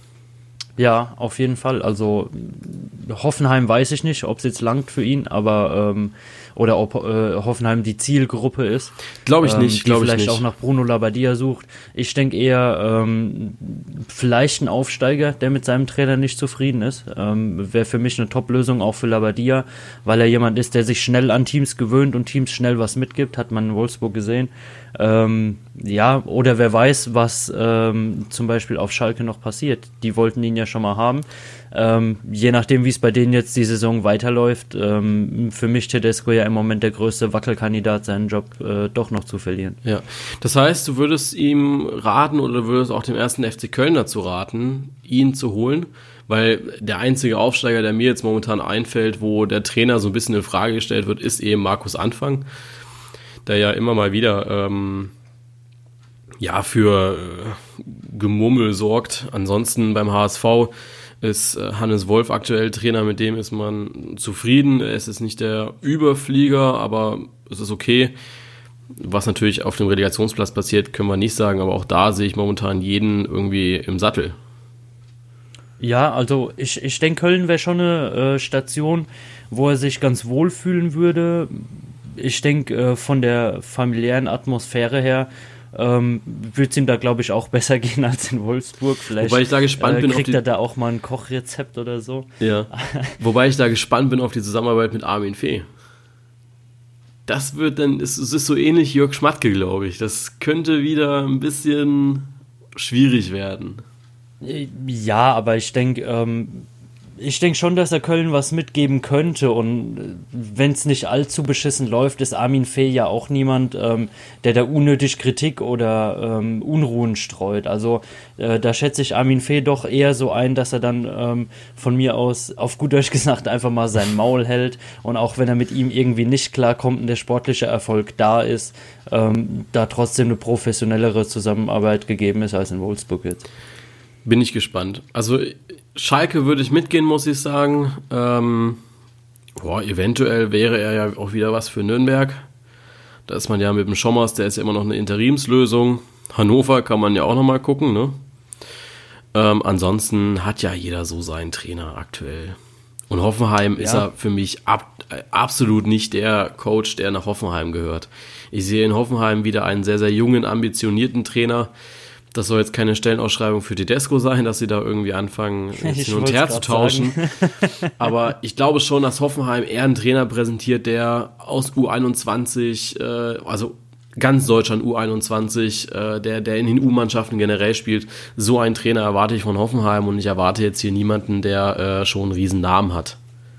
Ja, auf jeden Fall. Also Hoffenheim weiß ich nicht, ob es jetzt langt für ihn, aber ähm, oder ob äh, Hoffenheim die Zielgruppe ist. Glaube ich ähm, nicht, glaube ich nicht. Die vielleicht auch nach Bruno Labbadia sucht. Ich denke eher ähm, vielleicht ein Aufsteiger, der mit seinem Trainer nicht zufrieden ist. Ähm, wäre für mich eine Top-Lösung auch für Labbadia, weil er jemand ist, der sich schnell an Teams gewöhnt und Teams schnell was mitgibt, hat man in Wolfsburg gesehen. Ähm, ja, oder wer weiß, was ähm, zum Beispiel auf Schalke noch passiert. Die wollten ihn ja schon mal haben. Ähm, je nachdem, wie es bei denen jetzt die Saison weiterläuft, ähm, für mich Tedesco ja im Moment der größte Wackelkandidat, seinen Job äh, doch noch zu verlieren. Ja, das heißt, du würdest ihm raten oder würdest auch dem ersten F C Köln dazu raten, ihn zu holen, weil der einzige Aufsteiger, der mir jetzt momentan einfällt, wo der Trainer so ein bisschen in Frage gestellt wird, ist eben Markus Anfang, der ja immer mal wieder ähm, ja für äh, Gemurmel sorgt. Ansonsten beim H S V ist äh, Hannes Wolf aktuell Trainer, mit dem ist man zufrieden. Es ist nicht der Überflieger, aber es ist okay. Was natürlich auf dem Relegationsplatz passiert, können wir nicht sagen, aber auch da sehe ich momentan jeden irgendwie im Sattel. Ja, also ich, ich denke, Köln wäre schon eine äh, Station, wo er sich ganz wohl fühlen würde. Ich denke, äh, von der familiären Atmosphäre her ähm, würde es ihm da, glaube ich, auch besser gehen als in Wolfsburg. Vielleicht Wobei ich da gespannt äh, bin, kriegt auf die, er da auch mal ein Kochrezept oder so. Ja. Wobei ich da gespannt bin auf die Zusammenarbeit mit Armin Fee. Das wird dann, es, es ist so ähnlich Jörg Schmatke, glaube ich. Das könnte wieder ein bisschen schwierig werden. Ja, aber ich denke, ähm, ich denke schon, dass er Köln was mitgeben könnte, und wenn es nicht allzu beschissen läuft, ist Armin Fee ja auch niemand, ähm, der da unnötig Kritik oder ähm, Unruhen streut. Also äh, da schätze ich Armin Fee doch eher so ein, dass er dann ähm, von mir aus, auf gut Deutsch gesagt, einfach mal sein Maul hält, und auch wenn er mit ihm irgendwie nicht klarkommt und der sportliche Erfolg da ist, ähm, da trotzdem eine professionellere Zusammenarbeit gegeben ist als in Wolfsburg jetzt. Bin ich gespannt. Also Schalke würde ich mitgehen, muss ich sagen. Ähm, boah, eventuell wäre er ja auch wieder was für Nürnberg. Da ist man ja mit dem Schommers, der ist ja immer noch eine Interimslösung. Hannover kann man ja auch nochmal gucken, ne? Ähm, ansonsten hat ja jeder so seinen Trainer aktuell. Und Hoffenheim ja. ist er für mich ab, äh, absolut nicht der Coach, der nach Hoffenheim gehört. Ich sehe in Hoffenheim wieder einen sehr, sehr jungen, ambitionierten Trainer. Das soll jetzt keine Stellenausschreibung für Tedesco sein, dass sie da irgendwie anfangen, hin und her zu tauschen. Aber ich glaube schon, dass Hoffenheim eher einen Trainer präsentiert, der aus U einundzwanzig, äh, also ganz Deutschland U einundzwanzig, äh, der, der in den U-Mannschaften generell spielt. So einen Trainer erwarte ich von Hoffenheim, und ich erwarte jetzt hier niemanden, der äh, schon einen riesen Namen hat.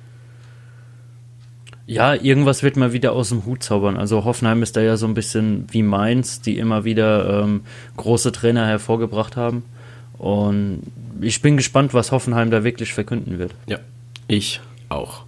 Ja, irgendwas wird mal wieder aus dem Hut zaubern. Also Hoffenheim ist da ja so ein bisschen wie Mainz, die immer wieder ähm, große Trainer hervorgebracht haben. Und ich bin gespannt, was Hoffenheim da wirklich verkünden wird. Ja, ich auch.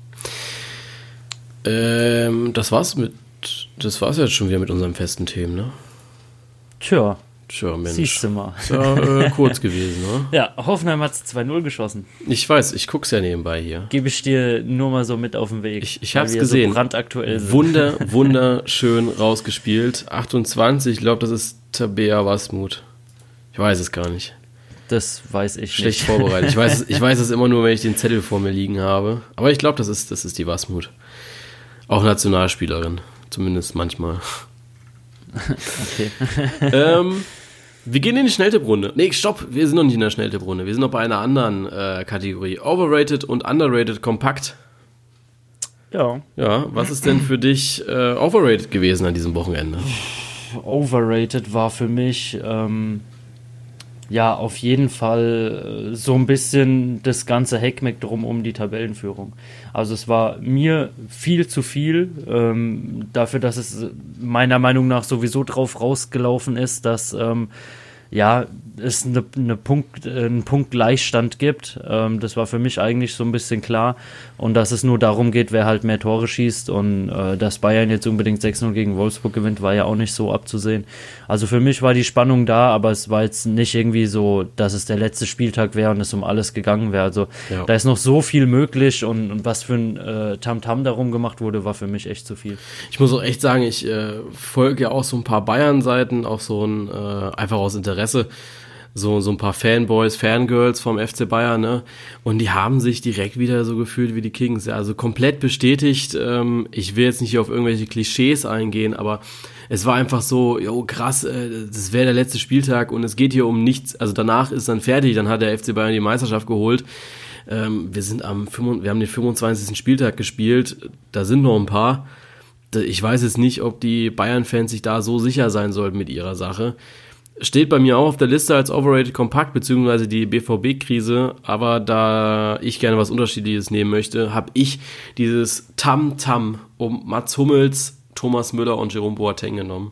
Ähm, das war's mit, das war's jetzt schon wieder mit unseren festen Themen, ne? Tja. Tja, Mensch. Siehst du mal. Ist ja äh, kurz gewesen, ne? Ja, Hoffenheim hat zwei null geschossen. Ich weiß, ich guck's ja nebenbei hier. Gebe ich dir nur mal so mit auf den Weg. Ich, ich hab's gesehen. So brandaktuell sind. Wunder, wunderschön rausgespielt. achtundzwanzig, ich glaube, das ist Tabea Wasmut. Ich weiß es gar nicht. Das weiß ich Schlecht nicht. Schlecht vorbereitet. Ich weiß, ich weiß es immer nur, wenn ich den Zettel vor mir liegen habe. Aber ich glaube, das ist, das ist die Wasmut. Auch Nationalspielerin. Zumindest manchmal. Okay. ähm, wir gehen in die Schnelltipprunde. Nee, stopp, wir sind noch nicht in der Schnelltipprunde. Wir sind noch bei einer anderen äh, Kategorie. Overrated und Underrated kompakt. Ja. Ja, was ist denn für dich äh, overrated gewesen an diesem Wochenende? Overrated war für mich ähm, ja auf jeden Fall äh, so ein bisschen das ganze Heckmeck drum um die Tabellenführung. Also es war mir viel zu viel ähm, dafür, dass es meiner Meinung nach sowieso drauf rausgelaufen ist, dass ähm, ja, es eine, eine Punkt, einen Punktgleichstand gibt. Ähm, das war für mich eigentlich so ein bisschen klar. Und dass es nur darum geht, wer halt mehr Tore schießt. Und äh, dass Bayern jetzt unbedingt sechs null gegen Wolfsburg gewinnt, war ja auch nicht so abzusehen. Also für mich war die Spannung da, aber es war jetzt nicht irgendwie so, dass es der letzte Spieltag wäre und es um alles gegangen wäre. Also ja. Da ist noch so viel möglich, und, und was für ein äh, Tamtam darum gemacht wurde, war für mich echt zu viel. Ich muss auch echt sagen, ich äh, folge ja auch so ein paar Bayern-Seiten, auch so ein, äh, einfach aus Interesse. so, so ein paar Fanboys, Fangirls vom F C Bayern, ne? Und die haben sich direkt wieder so gefühlt wie die Kings. Ja, also komplett bestätigt. Ähm, ich will jetzt nicht auf irgendwelche Klischees eingehen, aber es war einfach so, jo, krass, äh, das wäre der letzte Spieltag und es geht hier um nichts. Also danach ist dann fertig, dann hat der F C Bayern die Meisterschaft geholt. Ähm, wir sind am, wir haben den fünfundzwanzigsten Spieltag gespielt, da sind noch ein paar. Ich weiß jetzt nicht, ob die Bayern-Fans sich da so sicher sein sollten mit ihrer Sache. Steht bei mir auch auf der Liste als Overrated Kompakt, beziehungsweise die B V B-Krise, aber da ich gerne was Unterschiedliches nehmen möchte, habe ich dieses Tam-Tam um Mats Hummels, Thomas Müller und Jerome Boateng genommen.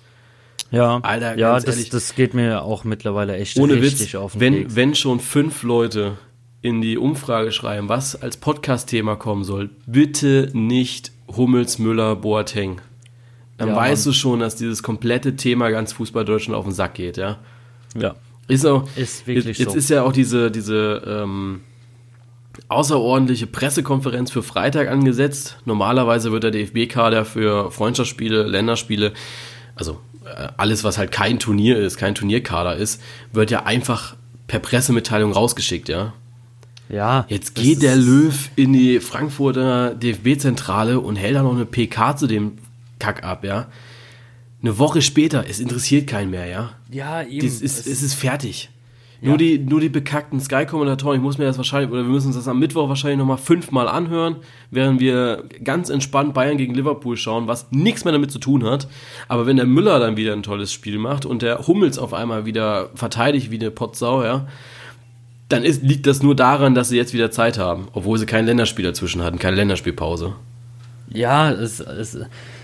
Ja, Alter, ja ganz das, ehrlich, das geht mir auch mittlerweile echt ohne richtig Witz, auf den wenn, Keks. wenn schon fünf Leute in die Umfrage schreiben, was als Podcast-Thema kommen soll, bitte nicht Hummels, Müller, Boateng. Dann Ja, weißt Mann. du schon, dass dieses komplette Thema ganz Fußball-Deutschland auf den Sack geht, ja. Ja, Ist auch, ist wirklich jetzt so. ist ja auch diese, diese ähm, außerordentliche Pressekonferenz für Freitag angesetzt. Normalerweise wird der D F B-Kader für Freundschaftsspiele, Länderspiele, also äh, alles, was halt kein Turnier ist, kein Turnierkader ist, wird ja einfach per Pressemitteilung rausgeschickt, ja. Ja, Jetzt das geht der ist- Löw in die Frankfurter D F B-Zentrale und hält da noch eine P K zu dem Kack ab, ja. Eine Woche später, es interessiert keinen mehr, ja. Ja, eben. Das ist, Es- es ist fertig. Ja. Nur, die, nur die bekackten Sky-Kommentatoren, ich muss mir das wahrscheinlich, oder wir müssen uns das am Mittwoch wahrscheinlich nochmal fünfmal anhören, während wir ganz entspannt Bayern gegen Liverpool schauen, was nichts mehr damit zu tun hat. Aber wenn der Müller dann wieder ein tolles Spiel macht und der Hummels auf einmal wieder verteidigt wie eine Potsau, ja, dann ist, liegt das nur daran, dass sie jetzt wieder Zeit haben, obwohl sie kein Länderspiel dazwischen hatten, keine Länderspielpause. Ja, es, es,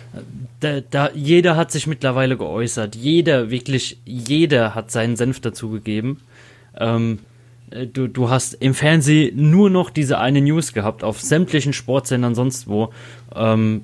da, da, jeder hat sich mittlerweile geäußert. Jeder, wirklich jeder hat seinen Senf dazugegeben. Ähm, äh, du, du hast im Fernsehen nur noch diese eine News gehabt, auf sämtlichen Sportsendern sonst wo. Ähm,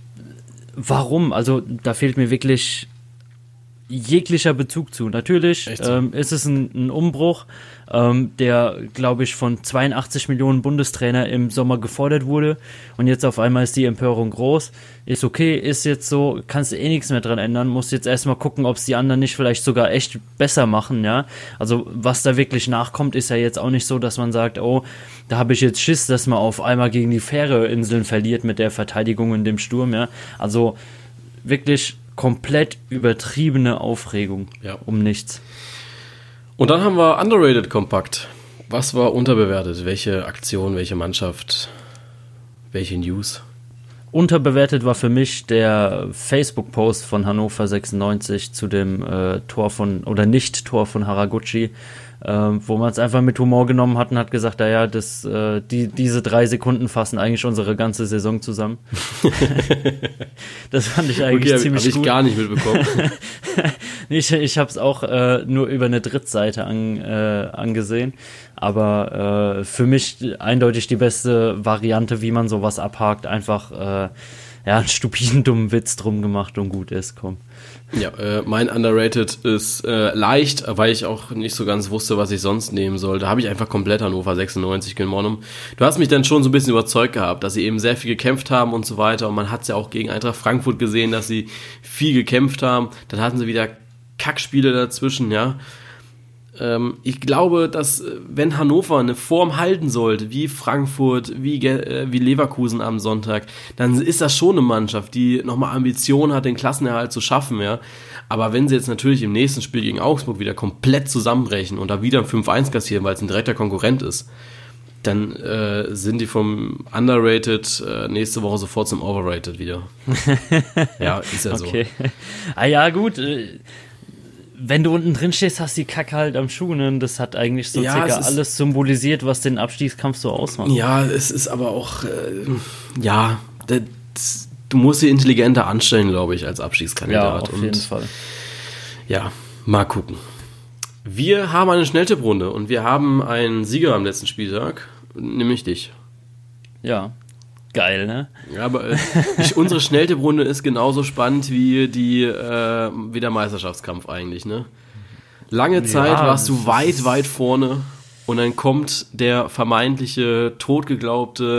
warum? Also da fehlt mir wirklich jeglicher Bezug zu. Natürlich Echt so? ähm, ist es ein, ein Umbruch, ähm, der, glaube ich, von zweiundachtzig Millionen Bundestrainer im Sommer gefordert wurde und jetzt auf einmal ist die Empörung groß. Ist okay, ist jetzt so, kannst du eh nichts mehr dran ändern, musst jetzt erstmal gucken, ob es die anderen nicht vielleicht sogar echt besser machen, ja. Also was da wirklich nachkommt, ist ja jetzt auch nicht so, dass man sagt, oh, da habe ich jetzt Schiss, dass man auf einmal gegen die Färöerinseln verliert mit der Verteidigung und dem Sturm, ja. Also wirklich komplett übertriebene Aufregung Ja. um nichts. Und dann haben wir Underrated Kompakt. Was war unterbewertet? Welche Aktion, welche Mannschaft, welche News? Unterbewertet war für mich der Facebook-Post von Hannover sechsundneunzig zu dem äh, Tor von, oder Nicht-Tor von Haraguchi, äh, wo man es einfach mit Humor genommen hat und hat gesagt, naja, das, äh, die, diese drei Sekunden fassen eigentlich unsere ganze Saison zusammen. Das fand ich eigentlich Okay, habe ziemlich ich gut. gar nicht mitbekommen. Ich, ich habe es auch äh, nur über eine Drittseite an, äh, angesehen, aber äh, für mich eindeutig die beste Variante, wie man sowas abhakt, einfach äh, ja, einen stupiden, dummen Witz drum gemacht und gut ist, komm. Ja, äh, mein Underrated ist äh, leicht, weil ich auch nicht so ganz wusste, was ich sonst nehmen soll. Da habe ich einfach komplett Hannover sechsundneunzig genommen. Du hast mich dann schon so ein bisschen überzeugt gehabt, dass sie eben sehr viel gekämpft haben und so weiter. Und man hat es ja auch gegen Eintracht Frankfurt gesehen, dass sie viel gekämpft haben. Dann hatten sie wieder Kackspiele dazwischen, ja. Ähm, ich glaube, dass äh, wenn Hannover eine Form halten sollte, wie Frankfurt, wie, Ge- äh, wie Leverkusen am Sonntag, dann ist das schon eine Mannschaft, die nochmal Ambition hat, den Klassenerhalt zu schaffen, ja. Aber wenn sie jetzt natürlich im nächsten Spiel gegen Augsburg wieder komplett zusammenbrechen und da wieder ein fünf eins kassieren, weil es ein direkter Konkurrent ist, dann äh, sind die vom Underrated äh, nächste Woche sofort zum Overrated wieder. Ja, ist ja so. Okay. Ah ja, gut. äh, Wenn du unten drin stehst, hast du die Kacke halt am Schuh, ne? Das hat eigentlich so Ja, circa es ist- alles symbolisiert, was den Abstiegskampf so ausmacht. Ja, es ist aber auch, äh, ja, das, du musst dich intelligenter anstellen, glaube ich, als Abstiegskandidat. Ja, auf und jeden Fall. Ja, mal gucken. Wir haben eine Schnelltipprunde und wir haben einen Sieger am letzten Spieltag, nämlich dich. Ja, geil, ne? Ja, aber äh, ich, unsere Schnelltipprunde ist genauso spannend wie, die, äh, wie der Meisterschaftskampf eigentlich, ne? Lange Zeit warst du das weit, ist- weit vorne und dann kommt der vermeintliche, totgeglaubte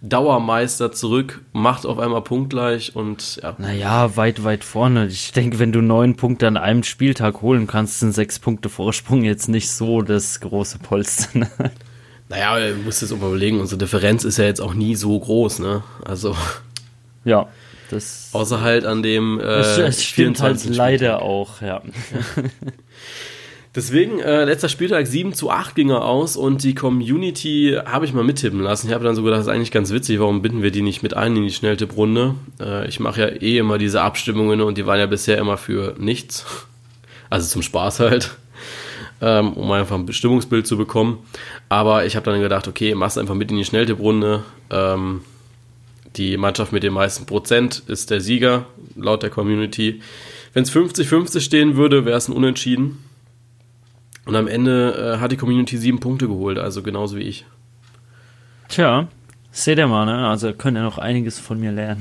Dauermeister zurück, macht auf einmal punktgleich und ja. Naja, weit, weit vorne. Ich denke, wenn du neun Punkte an einem Spieltag holen kannst, sind sechs Punkte Vorsprung jetzt nicht so das große Polster. Ne? Naja, du musst jetzt überlegen, unsere Differenz ist ja jetzt auch nie so groß, ne? Also. Ja, das. Außer halt an dem. Äh, das stimmt halt leider auch, ja. Deswegen, äh, letzter Spieltag sieben zu acht ging er aus und die Community habe ich mal mittippen lassen. Ich habe dann so gedacht, das ist eigentlich ganz witzig, warum binden wir die nicht mit ein in die Schnelltipprunde? Äh, ich mache ja eh immer diese Abstimmungen und die waren ja bisher immer für nichts. Also zum Spaß halt, ähm, um einfach ein Bestimmungsbild zu bekommen. Aber ich habe dann gedacht, okay, machst einfach mit in die Schnelltipprunde. Ähm, die Mannschaft mit den meisten Prozent ist der Sieger, laut der Community. Wenn es fünfzig fünfzig stehen würde, wäre es ein Unentschieden. Und am Ende äh, hat die Community sieben Punkte geholt, also genauso wie ich. Tja, seht ihr mal, ne? Also könnt ihr noch einiges von mir lernen.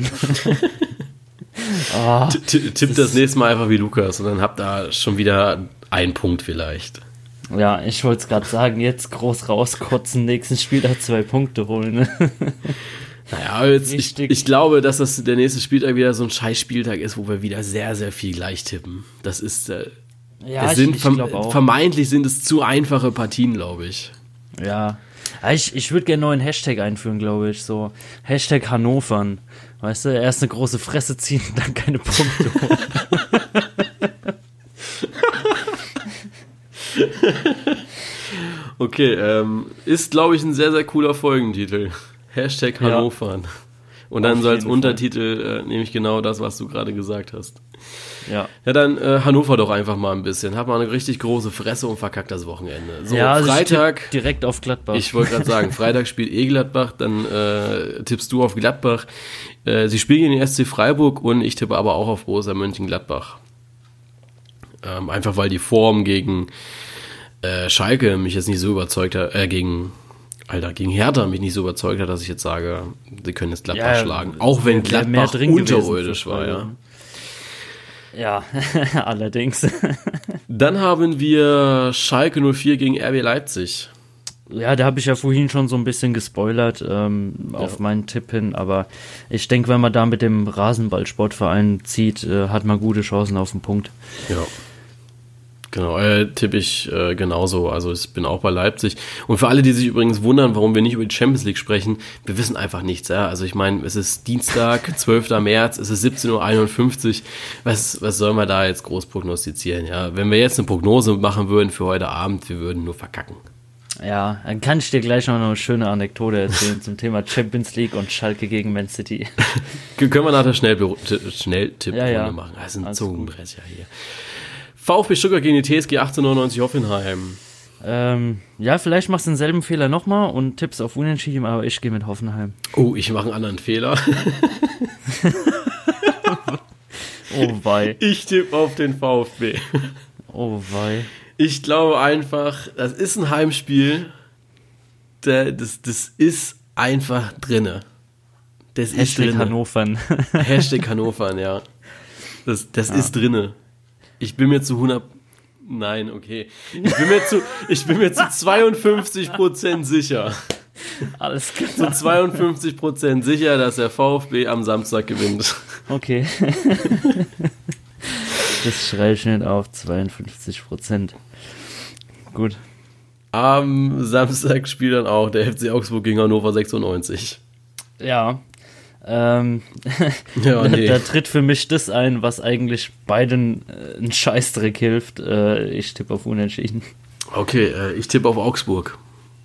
oh, Tippt das nächste Mal einfach wie Lukas und dann habt ihr schon wieder einen Punkt vielleicht. Ja, ich wollte es gerade sagen, jetzt groß rauskotzen, nächsten Spieltag zwei Punkte holen. Ne? Naja, jetzt, ich, ich glaube, dass das der nächste Spieltag wieder so ein scheiß Spieltag ist, wo wir wieder sehr, sehr viel gleich tippen. Das ist... Äh, Ja, es ich, sind ich verm- glaube auch. Vermeintlich sind es zu einfache Partien, glaube ich. Ja, ich, ich würde gerne einen neuen Hashtag einführen, glaube ich. So Hashtag Hannovern. Weißt du, erst eine große Fresse ziehen, dann keine Punkte holen. Okay, ähm, ist, glaube ich, ein sehr, sehr cooler Folgentitel. Hashtag Hannovern. Ja. Und dann so als Untertitel äh, nehme ich genau das, was du gerade gesagt hast. Ja. Ja, dann äh, Hannover doch einfach mal ein bisschen. Hab mal eine richtig große Fresse und verkackt das Wochenende. So, ja, also Freitag. Direkt auf Gladbach. Ich wollte gerade sagen, Freitag spielt eh Gladbach, dann äh, tippst du auf Gladbach. Äh, sie spielen gegen den S C Freiburg und ich tippe aber auch auf Borussia Mönchengladbach. Ähm, einfach weil die Form gegen äh, Schalke mich jetzt nicht so überzeugt hat, äh, gegen, Alter, gegen Hertha mich nicht so überzeugt hat, dass ich jetzt sage, sie können jetzt Gladbach ja, schlagen. Auch wenn Gladbach unterirdisch war, ja. Ja, allerdings. Dann haben wir Schalke null vier gegen R B Leipzig. Ja, da habe ich ja vorhin schon so ein bisschen gespoilert ähm, ja. auf meinen Tipp hin, aber ich denke, wenn man da mit dem Rasenballsportverein zieht, äh, hat man gute Chancen auf den Punkt. Ja. Genau, äh, tippe ich äh, genauso. Also ich bin auch bei Leipzig. Und für alle, die sich übrigens wundern, warum wir nicht über die Champions League sprechen, wir wissen einfach nichts. Ja? Also ich meine, es ist Dienstag, zwölfter März, es ist siebzehn Uhr einundfünfzig. Was, was soll man da jetzt groß prognostizieren? Ja? Wenn wir jetzt eine Prognose machen würden für heute Abend, wir würden nur verkacken. Ja, dann kann ich dir gleich noch eine schöne Anekdote erzählen zum Thema Champions League und Schalke gegen Man City. Können wir nachher schnell Schnelltipp-Runde ja, ja. machen. Das ist ein Zungenbrecher hier. VfB Stuttgart gegen die T S G achtzehnhundertneunundneunzig Hoffenheim. Ähm, ja, vielleicht machst du denselben Fehler nochmal und tippst auf Unentschieden, aber ich gehe mit Hoffenheim. Oh, ich mache einen anderen Fehler. Oh wei. Ich tippe auf den VfB. Oh wei. Ich glaube einfach, das ist ein Heimspiel. Das, das ist einfach drinne. Das Hashtag ist drinne. Hannovern. Hashtag Hannovern, ja. Das, das ja. ist drinne. Ich bin mir zu hundert... Nein, okay. Ich bin mir zu, ich bin mir zu zweiundfünfzig Prozent sicher. Alles klar. Zu zweiundfünfzig Prozent sicher, dass der VfB am Samstag gewinnt. Okay. Das schreibe ich nicht auf, zweiundfünfzig Prozent. Gut. Am Samstag spielt dann auch der F C Augsburg gegen Hannover sechsundneunzig. Ja. Ähm, ja, nee. da, da tritt für mich das ein, was eigentlich beiden äh, einen Scheißdreck hilft. Äh, ich tippe auf Unentschieden. Okay, äh, ich tippe auf Augsburg.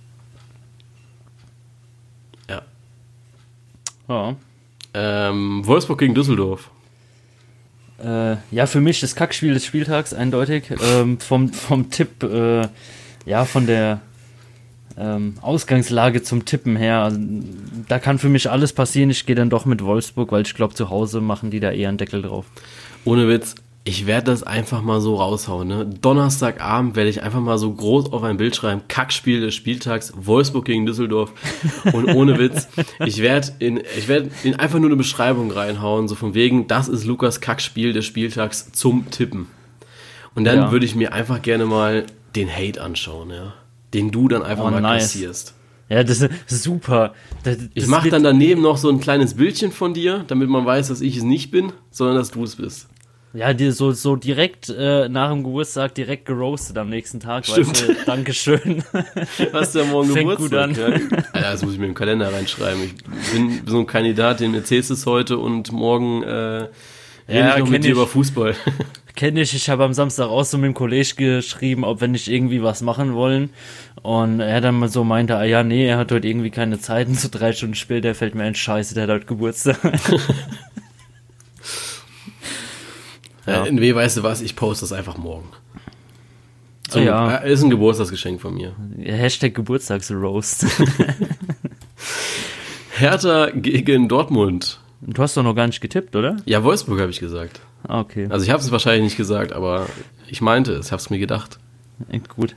Ja. Ja. Ähm, Wolfsburg gegen Düsseldorf. Äh, ja, für mich das Kackspiel des Spieltags, eindeutig. Ähm, vom, vom Tipp, äh, ja, von der ähm, Ausgangslage zum Tippen her. Also, da kann für mich alles passieren. Ich gehe dann doch mit Wolfsburg, weil ich glaube, zu Hause machen die da eher einen Deckel drauf. Ohne Witz, ich werde das einfach mal so raushauen. Ne? Donnerstagabend werde ich einfach mal so groß auf ein Bild schreiben, Kackspiel des Spieltags, Wolfsburg gegen Düsseldorf. Und ohne Witz, ich werde in, ich werde in einfach nur eine Beschreibung reinhauen, so von wegen, das ist Lukas Kackspiel des Spieltags zum Tippen. Und dann ja. würde ich mir einfach gerne mal den Hate anschauen, ja. Den du dann einfach oh, mal nice. kassierst. Ja, das ist super. Das, ich mache dann daneben noch so ein kleines Bildchen von dir, damit man weiß, dass ich es nicht bin, sondern dass du es bist. Ja, die so, so direkt äh, nach dem Geburtstag direkt geroastet am nächsten Tag. Stimmt. Weißt du, Dankeschön. Hast du ja morgen Fängt Geburtstag. gut an. Ja. Alter, das muss ich mir im Kalender reinschreiben. Ich bin so ein Kandidat, dem erzählst du es heute und morgen äh, rede Ja, ich noch mit dir ich. über Fußball. Kenn ich, ich habe am Samstag auch so mit dem Kollege geschrieben, ob wir nicht irgendwie was machen wollen. Und er dann mal so meinte, ah ja, nee, er hat heute irgendwie keine Zeit. Und so drei Stunden später fällt mir ein Scheiße, der hat heute Geburtstag. Ja. Äh, nee, weißt du was, ich poste das einfach morgen. So, oh ja. Ist ein Geburtstagsgeschenk von mir. Hashtag Geburtstagsroast. Hertha gegen Dortmund. Du hast doch noch gar nicht getippt, oder? Ja, Wolfsburg habe ich gesagt. Ah, okay. Also ich habe es wahrscheinlich nicht gesagt, aber ich meinte es, ich habe es mir gedacht. Gut.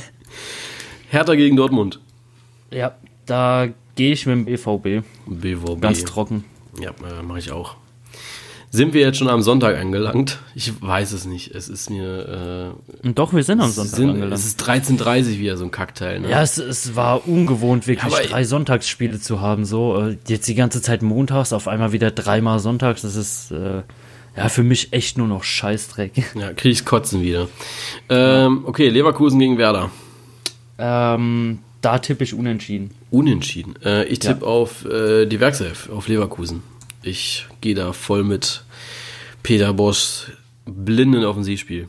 Hertha gegen Dortmund. Ja, da gehe ich mit dem B V B. B V B. Ganz trocken. Ja, äh, mache ich auch. Sind wir jetzt schon am Sonntag angelangt? Ich weiß es nicht. Es ist mir... Äh, Und doch, wir sind am Sonntag sind, angelangt. Es ist dreizehn Uhr dreißig wieder so ein Kackteil. Ne? Ja, es, es war ungewohnt, wirklich Aber drei Sonntagsspiele zu haben. So äh, jetzt die ganze Zeit montags, auf einmal wieder dreimal sonntags. Das ist äh, ja für mich echt nur noch Scheißdreck. Ja, krieg ich's kotzen wieder. Ähm, okay, Leverkusen gegen Werder. Ähm, da tippe ich unentschieden. Unentschieden. Äh, ich tippe Ja. auf äh, die Werkself, auf Leverkusen. Ich gehe da voll mit Peter Boschs blinden Offensivspiel.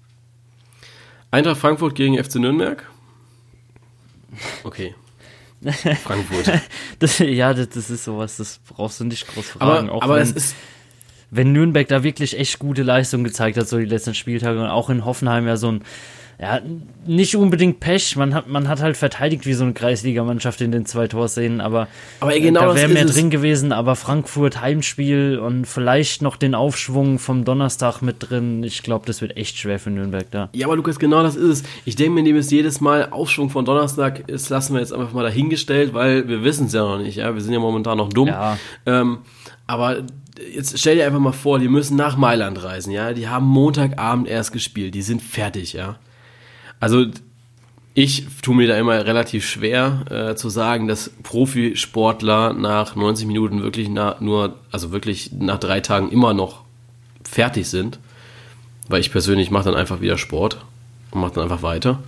Eintracht Frankfurt gegen F C Nürnberg. Okay. Frankfurt. Das, ja, das, das ist sowas, das brauchst du nicht groß fragen. Aber, auch aber wenn, es ist... wenn Nürnberg da wirklich echt gute Leistung gezeigt hat, so die letzten Spieltage, und auch in Hoffenheim ja so ein, ja, nicht unbedingt Pech, man hat, man hat halt verteidigt wie so eine Kreisligamannschaft in den zwei Torszenen, aber, Aber genau da das wäre ist mehr es. drin gewesen, aber Frankfurt Heimspiel und vielleicht noch den Aufschwung vom Donnerstag mit drin, ich glaube, das wird echt schwer für Nürnberg da. Ja, aber Lukas, genau das ist es. Ich denke mir, indem es jedes Mal Aufschwung von Donnerstag ist, lassen wir jetzt einfach mal dahingestellt, weil wir wissen es ja noch nicht. Ja, wir sind ja momentan noch dumm. Ja. Ähm, aber jetzt stell dir einfach mal vor, die müssen nach Mailand reisen. Ja, die haben Montagabend erst gespielt. Die sind fertig. Ja. Also ich tue mir da immer relativ schwer äh, zu sagen, dass Profisportler nach neunzig Minuten wirklich nach, nur, also wirklich nach drei Tagen immer noch fertig sind. Weil ich persönlich mache dann einfach wieder Sport und mache dann einfach weiter.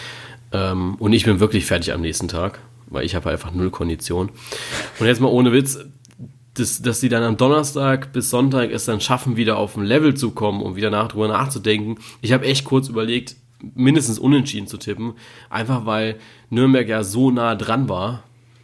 Ähm, und ich bin wirklich fertig am nächsten Tag, weil ich habe einfach null Kondition. Und jetzt mal ohne Witz, dass, dass die dann am Donnerstag bis Sonntag es dann schaffen, wieder auf ein Level zu kommen und wieder nach, drüber nachzudenken. Ich habe echt kurz überlegt, mindestens unentschieden zu tippen, einfach weil Nürnberg ja so nah dran war.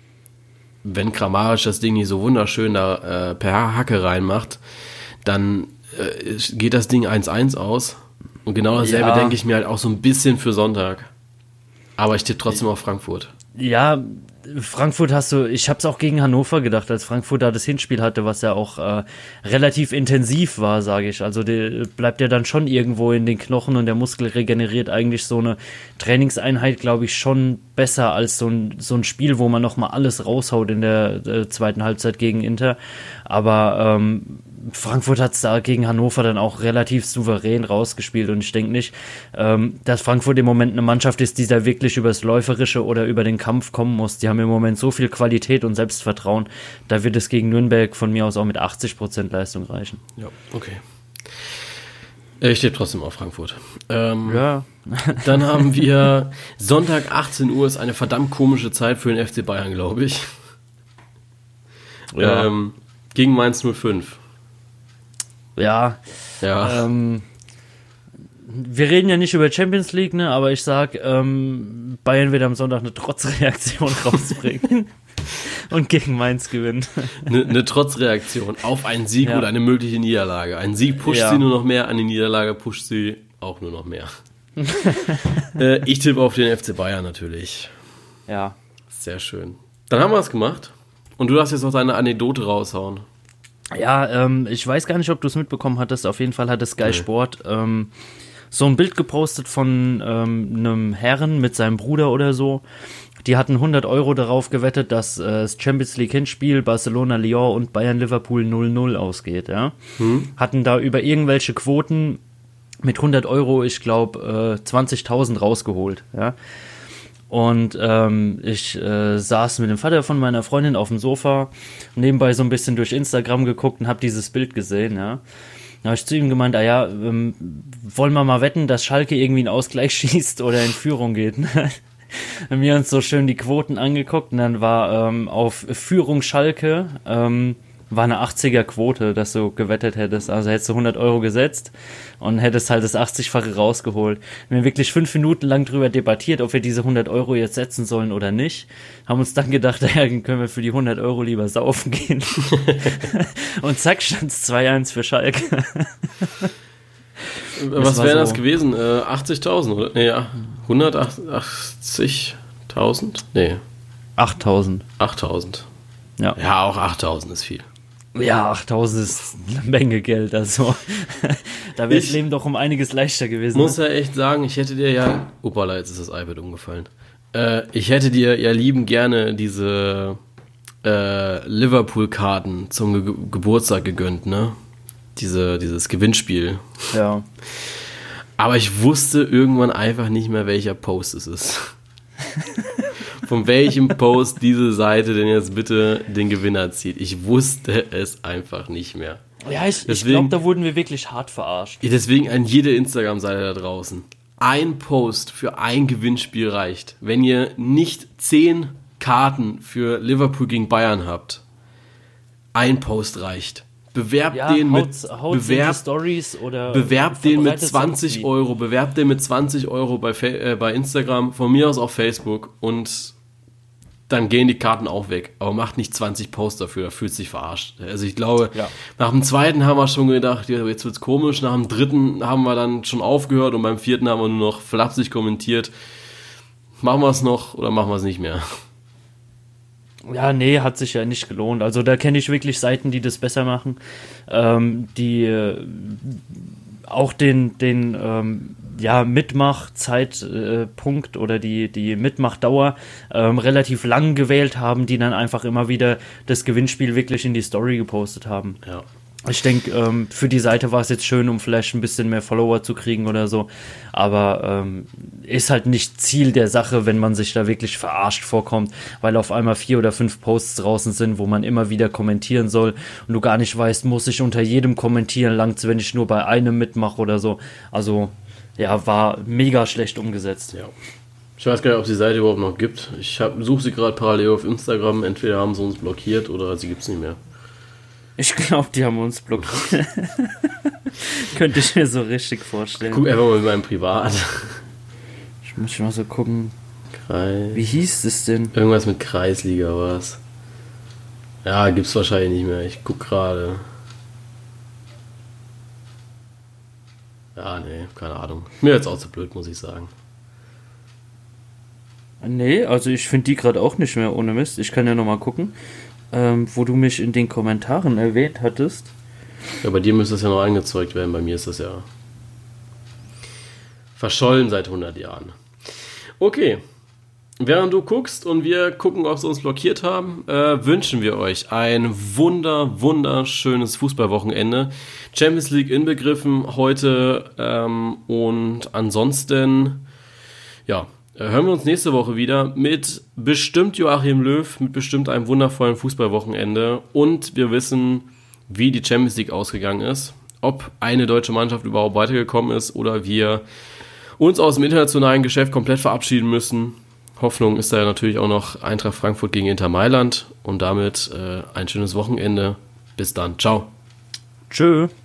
Wenn Kramaric das Ding nicht so wunderschön da äh, per Hacke reinmacht, dann äh, geht das Ding eins eins aus. Und genau dasselbe Ja. denke ich mir halt auch so ein bisschen für Sonntag. Aber ich tippe trotzdem auf Frankfurt. Ja, Frankfurt hast du, ich habe es auch gegen Hannover gedacht, als Frankfurt da das Hinspiel hatte, was ja auch äh, relativ intensiv war, sage ich. Also der bleibt ja dann schon irgendwo in den Knochen und der Muskel regeneriert eigentlich so eine Trainingseinheit, glaube ich, schon besser als so ein, so ein Spiel, wo man nochmal alles raushaut in der äh, zweiten Halbzeit gegen Inter. Aber ähm, Frankfurt hat es da gegen Hannover dann auch relativ souverän rausgespielt und ich denke nicht, ähm, dass Frankfurt im Moment eine Mannschaft ist, die da wirklich übers Läuferische oder über den Kampf kommen muss. Die haben im Moment so viel Qualität und Selbstvertrauen, da wird es gegen Nürnberg von mir aus auch mit achtzig Prozent Leistung reichen. Ja, okay. Ich tippe trotzdem auf Frankfurt. Ähm, Ja. Dann haben wir Sonntag achtzehn Uhr, ist eine verdammt komische Zeit für den F C Bayern, glaube ich. Ja. Ähm, gegen Mainz null fünf. Ja, Ja. ähm, wir reden ja nicht über Champions League, ne, aber ich sag, ähm, Bayern wird am Sonntag eine Trotzreaktion rausbringen und gegen Mainz gewinnen. Eine ne Trotzreaktion auf einen Sieg Ja. oder eine mögliche Niederlage. Ein Sieg pusht Ja. sie nur noch mehr, eine Niederlage pusht sie auch nur noch mehr. äh, ich tippe auf den F C Bayern natürlich. Ja. Sehr schön. Dann haben wir es gemacht. Und du darfst jetzt noch deine Anekdote raushauen. Ja, ähm, ich weiß gar nicht, ob du es mitbekommen hattest. Auf jeden Fall hat Sky Nee. Sport ähm, so ein Bild gepostet von ähm, einem Herren mit seinem Bruder oder so. Die hatten hundert Euro darauf gewettet, dass äh, das Champions League Hinspiel Barcelona-Lyon und Bayern-Liverpool null null ausgeht. Ja? Hm? Hatten da über irgendwelche Quoten mit hundert Euro, ich glaube, äh, zwanzigtausend rausgeholt. Ja? Und ähm, ich äh, saß mit dem Vater von meiner Freundin auf dem Sofa, nebenbei so ein bisschen durch Instagram geguckt und habe dieses Bild gesehen, ja. Da habe ich zu ihm gemeint, ah ja, ähm, wollen wir mal wetten, dass Schalke irgendwie einen Ausgleich schießt oder in Führung geht. Haben wir uns so schön die Quoten angeguckt und dann war ähm, auf Führung Schalke ähm, war eine achtziger Quote, dass du gewettet hättest. Also hättest du hundert Euro gesetzt und hättest halt das achtzigfache rausgeholt. Wir haben wirklich fünf Minuten lang drüber debattiert, ob wir diese hundert Euro jetzt setzen sollen oder nicht. Haben uns dann gedacht, ja, dann können wir für die hundert Euro lieber saufen gehen. Und zack, stand es zwei eins für Schalke. Was wäre so das gewesen? Äh, achtzigtausend, oder? Nee, hundertachtzigtausend? Nee. achttausend. achttausend. Ja. Ja, auch achttausend ist viel. Ja, achttausend ist eine Menge Geld, also da wäre das Leben doch um einiges leichter gewesen. Ich muss ne? ja echt sagen, ich hätte dir ja, opala, jetzt ist das iPad umgefallen, äh, ich hätte dir ja lieben gerne diese äh, Liverpool-Karten zum Ge- Geburtstag gegönnt, ne? Diese, dieses Gewinnspiel. Ja. Aber ich wusste irgendwann einfach nicht mehr, welcher Post es ist. Von welchem Post diese Seite denn jetzt bitte den Gewinner zieht. Ich wusste es einfach nicht mehr. Ja, ich, ich glaube, da wurden wir wirklich hart verarscht. Deswegen an jede Instagram-Seite da draußen. Ein Post für ein Gewinnspiel reicht. Wenn ihr nicht zehn Karten für Liverpool gegen Bayern habt, ein Post reicht. Bewerbt ja, den mit, haut's, haut's bewerbt, Stories oder bewerbt den mit zwanzig Euro, bewerbt den mit zwanzig Euro bei, äh, bei Instagram, von mir aus auf Facebook und dann gehen die Karten auch weg. Aber macht nicht zwanzig Posts dafür, da fühlt sich verarscht. Also ich glaube, ja. Nach dem zweiten haben wir schon gedacht, ja, jetzt wird's komisch, nach dem dritten haben wir dann schon aufgehört und beim vierten haben wir nur noch flapsig kommentiert. Machen wir es noch oder machen wir es nicht mehr? Ja, nee, hat sich ja nicht gelohnt. Also da kenne ich wirklich Seiten, die das besser machen, ähm, die äh, auch den, den ähm, ja, Mitmachzeitpunkt äh, oder die, die Mitmachdauer ähm, relativ lang gewählt haben, die dann einfach immer wieder das Gewinnspiel wirklich in die Story gepostet haben. Ja. Ich denke, ähm, für die Seite war es jetzt schön, um vielleicht ein bisschen mehr Follower zu kriegen oder so, aber ähm, ist halt nicht Ziel der Sache, wenn man sich da wirklich verarscht vorkommt, weil auf einmal vier oder fünf Posts draußen sind, wo man immer wieder kommentieren soll und du gar nicht weißt, muss ich unter jedem kommentieren, langt's, wenn ich nur bei einem mitmache oder so. Also, ja, war mega schlecht umgesetzt. Ja. Ich weiß gar nicht, ob es die Seite überhaupt noch gibt. Ich suche sie gerade parallel auf Instagram, entweder haben sie uns blockiert oder sie gibt es nicht mehr. Ich glaube, die haben uns blockiert. Könnte ich mir so richtig vorstellen. Guck einfach mal mit meinem Privat. Ich muss mal so gucken. Kreis. Wie hieß es denn? Irgendwas mit Kreisliga war es. Ja, gibt's wahrscheinlich nicht mehr. Ich guck gerade. Ja, nee, keine Ahnung. Mir jetzt auch zu blöd, muss ich sagen. Nee, also ich finde die gerade auch nicht mehr, ohne Mist. Ich kann ja nochmal gucken. Ähm, wo du mich in den Kommentaren erwähnt hattest. Ja, bei dir müsste das ja noch angezeigt werden, bei mir ist das ja verschollen seit hundert Jahren. Okay, während du guckst und wir gucken, ob sie uns blockiert haben, äh, wünschen wir euch ein wunder, wunderschönes Fußballwochenende. Champions League inbegriffen heute ähm, und ansonsten, ja, hören wir uns nächste Woche wieder mit bestimmt Joachim Löw, mit bestimmt einem wundervollen Fußballwochenende und wir wissen, wie die Champions League ausgegangen ist, ob eine deutsche Mannschaft überhaupt weitergekommen ist oder wir uns aus dem internationalen Geschäft komplett verabschieden müssen. Hoffnung ist da natürlich auch noch Eintracht Frankfurt gegen Inter Mailand und damit äh, ein schönes Wochenende. Bis dann. Ciao. Tschö.